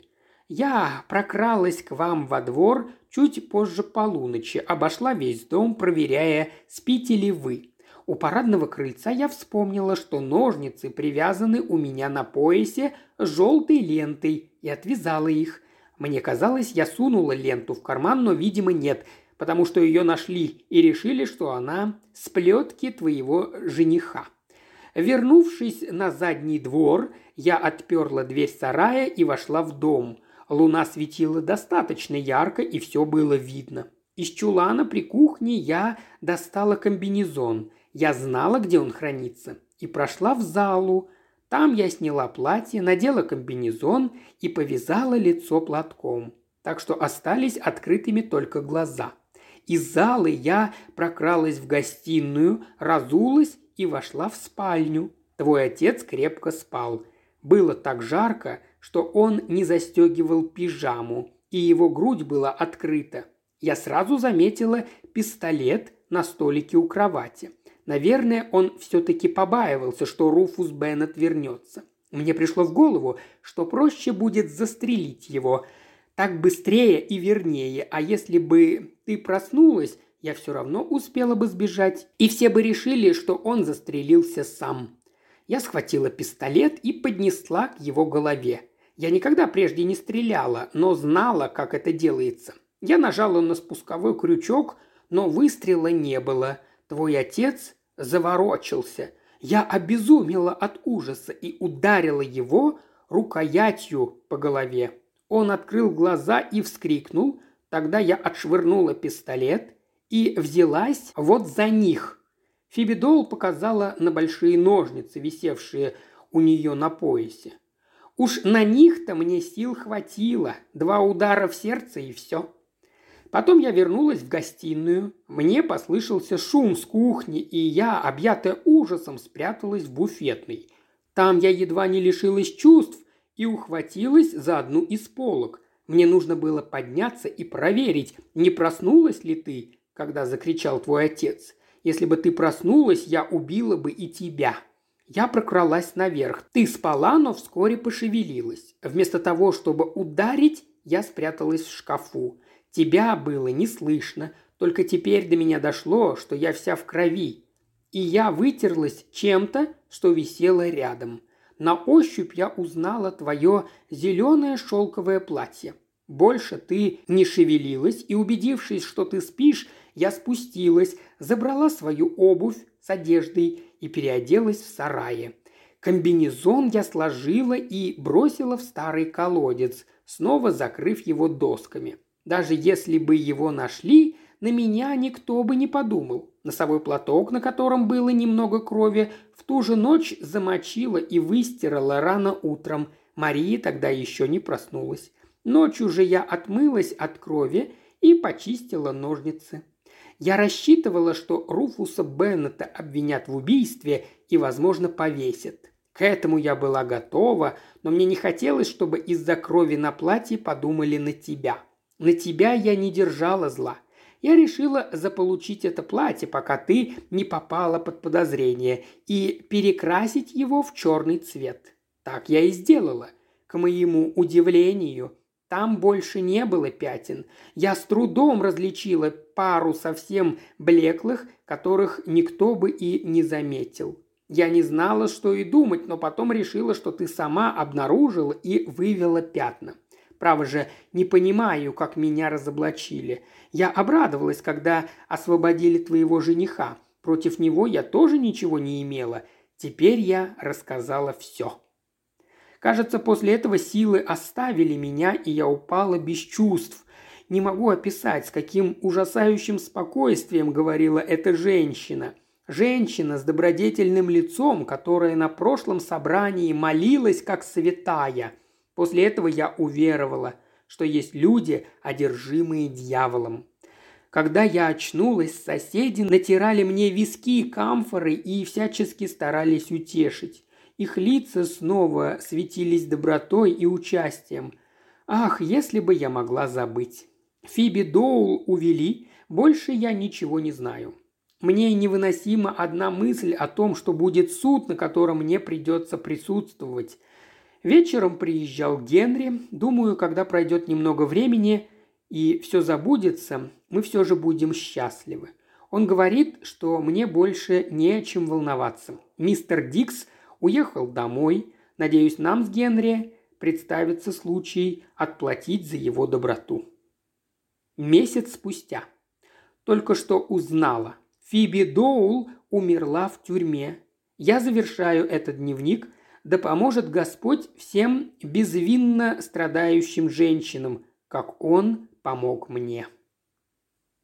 Speaker 1: Я прокралась к вам во двор чуть позже полуночи, обошла весь дом, проверяя, спите ли вы. У парадного крыльца я вспомнила, что ножницы привязаны у меня на поясе с желтой лентой, и отвязала их. Мне казалось, я сунула ленту в карман, но, видимо, нет, потому что ее нашли и решили, что она с плетки твоего жениха. Вернувшись на задний двор, я отперла дверь сарая и вошла в дом. Луна светила достаточно ярко, и все было видно. Из чулана при кухне я достала комбинезон. Я знала, где он хранится, и прошла в залу. Там я сняла платье, надела комбинезон и повязала лицо платком. так что остались открытыми только глаза. Из залы я прокралась в гостиную, разулась и вошла в спальню. Твой отец крепко спал. Было так жарко, что он не застегивал пижаму, и его грудь была открыта. Я сразу заметила пистолет на столике у кровати. Наверное, он все-таки побаивался, что Руфус Беннет вернется. Мне пришло в голову, что проще будет застрелить его. Так быстрее и вернее, а если бы ты проснулась, я все равно успела бы сбежать, и все бы решили, что он застрелился сам. Я схватила пистолет и поднесла к его голове. Я никогда прежде не стреляла, но знала, как это делается. Я нажала на спусковой крючок, но выстрела не было. Твой отец заворочился. Я обезумела от ужаса и ударила его рукоятью по голове. Он открыл глаза и вскрикнул. Тогда я отшвырнула пистолет и взялась вот за них. Фиби Доул показала на большие ножницы, висевшие у нее на поясе. Уж на них-то мне сил хватило. Два удара в сердце и все. Потом я вернулась в гостиную. Мне послышался шум с кухни, и я, объятая ужасом, спряталась в буфетной. Там я едва не лишилась чувств и ухватилась за одну из полок. Мне нужно было подняться и проверить, не проснулась ли ты, когда закричал твой отец. Если бы ты проснулась, я убила бы и тебя. Я прокралась наверх. Ты спала, но вскоре пошевелилась. Вместо того, чтобы ударить, я спряталась в шкафу. Тебя было не слышно, только теперь до меня дошло, что я вся в крови. И я вытерлась чем-то, что висело рядом. На ощупь я узнала твое зеленое шелковое платье. Больше ты не шевелилась, и, убедившись, что ты спишь, я спустилась, забрала свою обувь с одеждой и переоделась в сарае. Комбинезон я сложила и бросила в старый колодец, снова закрыв его досками. Даже если бы его нашли, на меня никто бы не подумал. Носовой платок, на котором было немного крови, в ту же ночь замочила и выстирала рано утром. Мария тогда еще не проснулась. Ночью же я отмылась от крови и почистила ножницы. Я рассчитывала, что Руфуса Беннета обвинят в убийстве и, возможно, повесят. К этому я была готова, но мне не хотелось, чтобы из-за крови на платье подумали на тебя. На тебя я не держала зла. Я решила заполучить это платье, пока ты не попала под подозрение, и перекрасить его в черный цвет. Так я и сделала. К моему удивлению, там больше не было пятен. Я с трудом различила пару совсем блеклых, которых никто бы и не заметил. Я не знала, что и думать, но потом решила, что ты сама обнаружила и вывела пятна. Право же, не понимаю, как меня разоблачили. Я обрадовалась, когда освободили твоего жениха. Против него я тоже ничего не имела. Теперь я рассказала все. Кажется, после этого силы оставили меня, и я упала без чувств. Не могу описать, с каким ужасающим спокойствием говорила эта женщина. Женщина с добродетельным лицом, которая на прошлом собрании молилась как святая. После этого я уверовала, что есть люди, одержимые дьяволом. Когда я очнулась, соседи натирали мне виски камфорой и всячески старались утешить. Их лица снова светились добротой и участием. Ах, если бы я могла забыть. Фиби Доул увели, больше я ничего не знаю. Мне невыносима одна мысль о том, что будет суд, на котором мне придется присутствовать. Вечером приезжал Генри. Думаю, когда пройдет немного времени и все забудется, мы все же будем счастливы. Он говорит, что мне больше не о чем волноваться. Мистер Дикс уехал домой. Надеюсь, нам с Генри представится случай отплатить за его доброту. Месяц спустя. Только что узнала. Фиби Доул умерла в тюрьме. Я завершаю этот дневник. Да поможет Господь всем безвинно страдающим женщинам, как Он помог мне.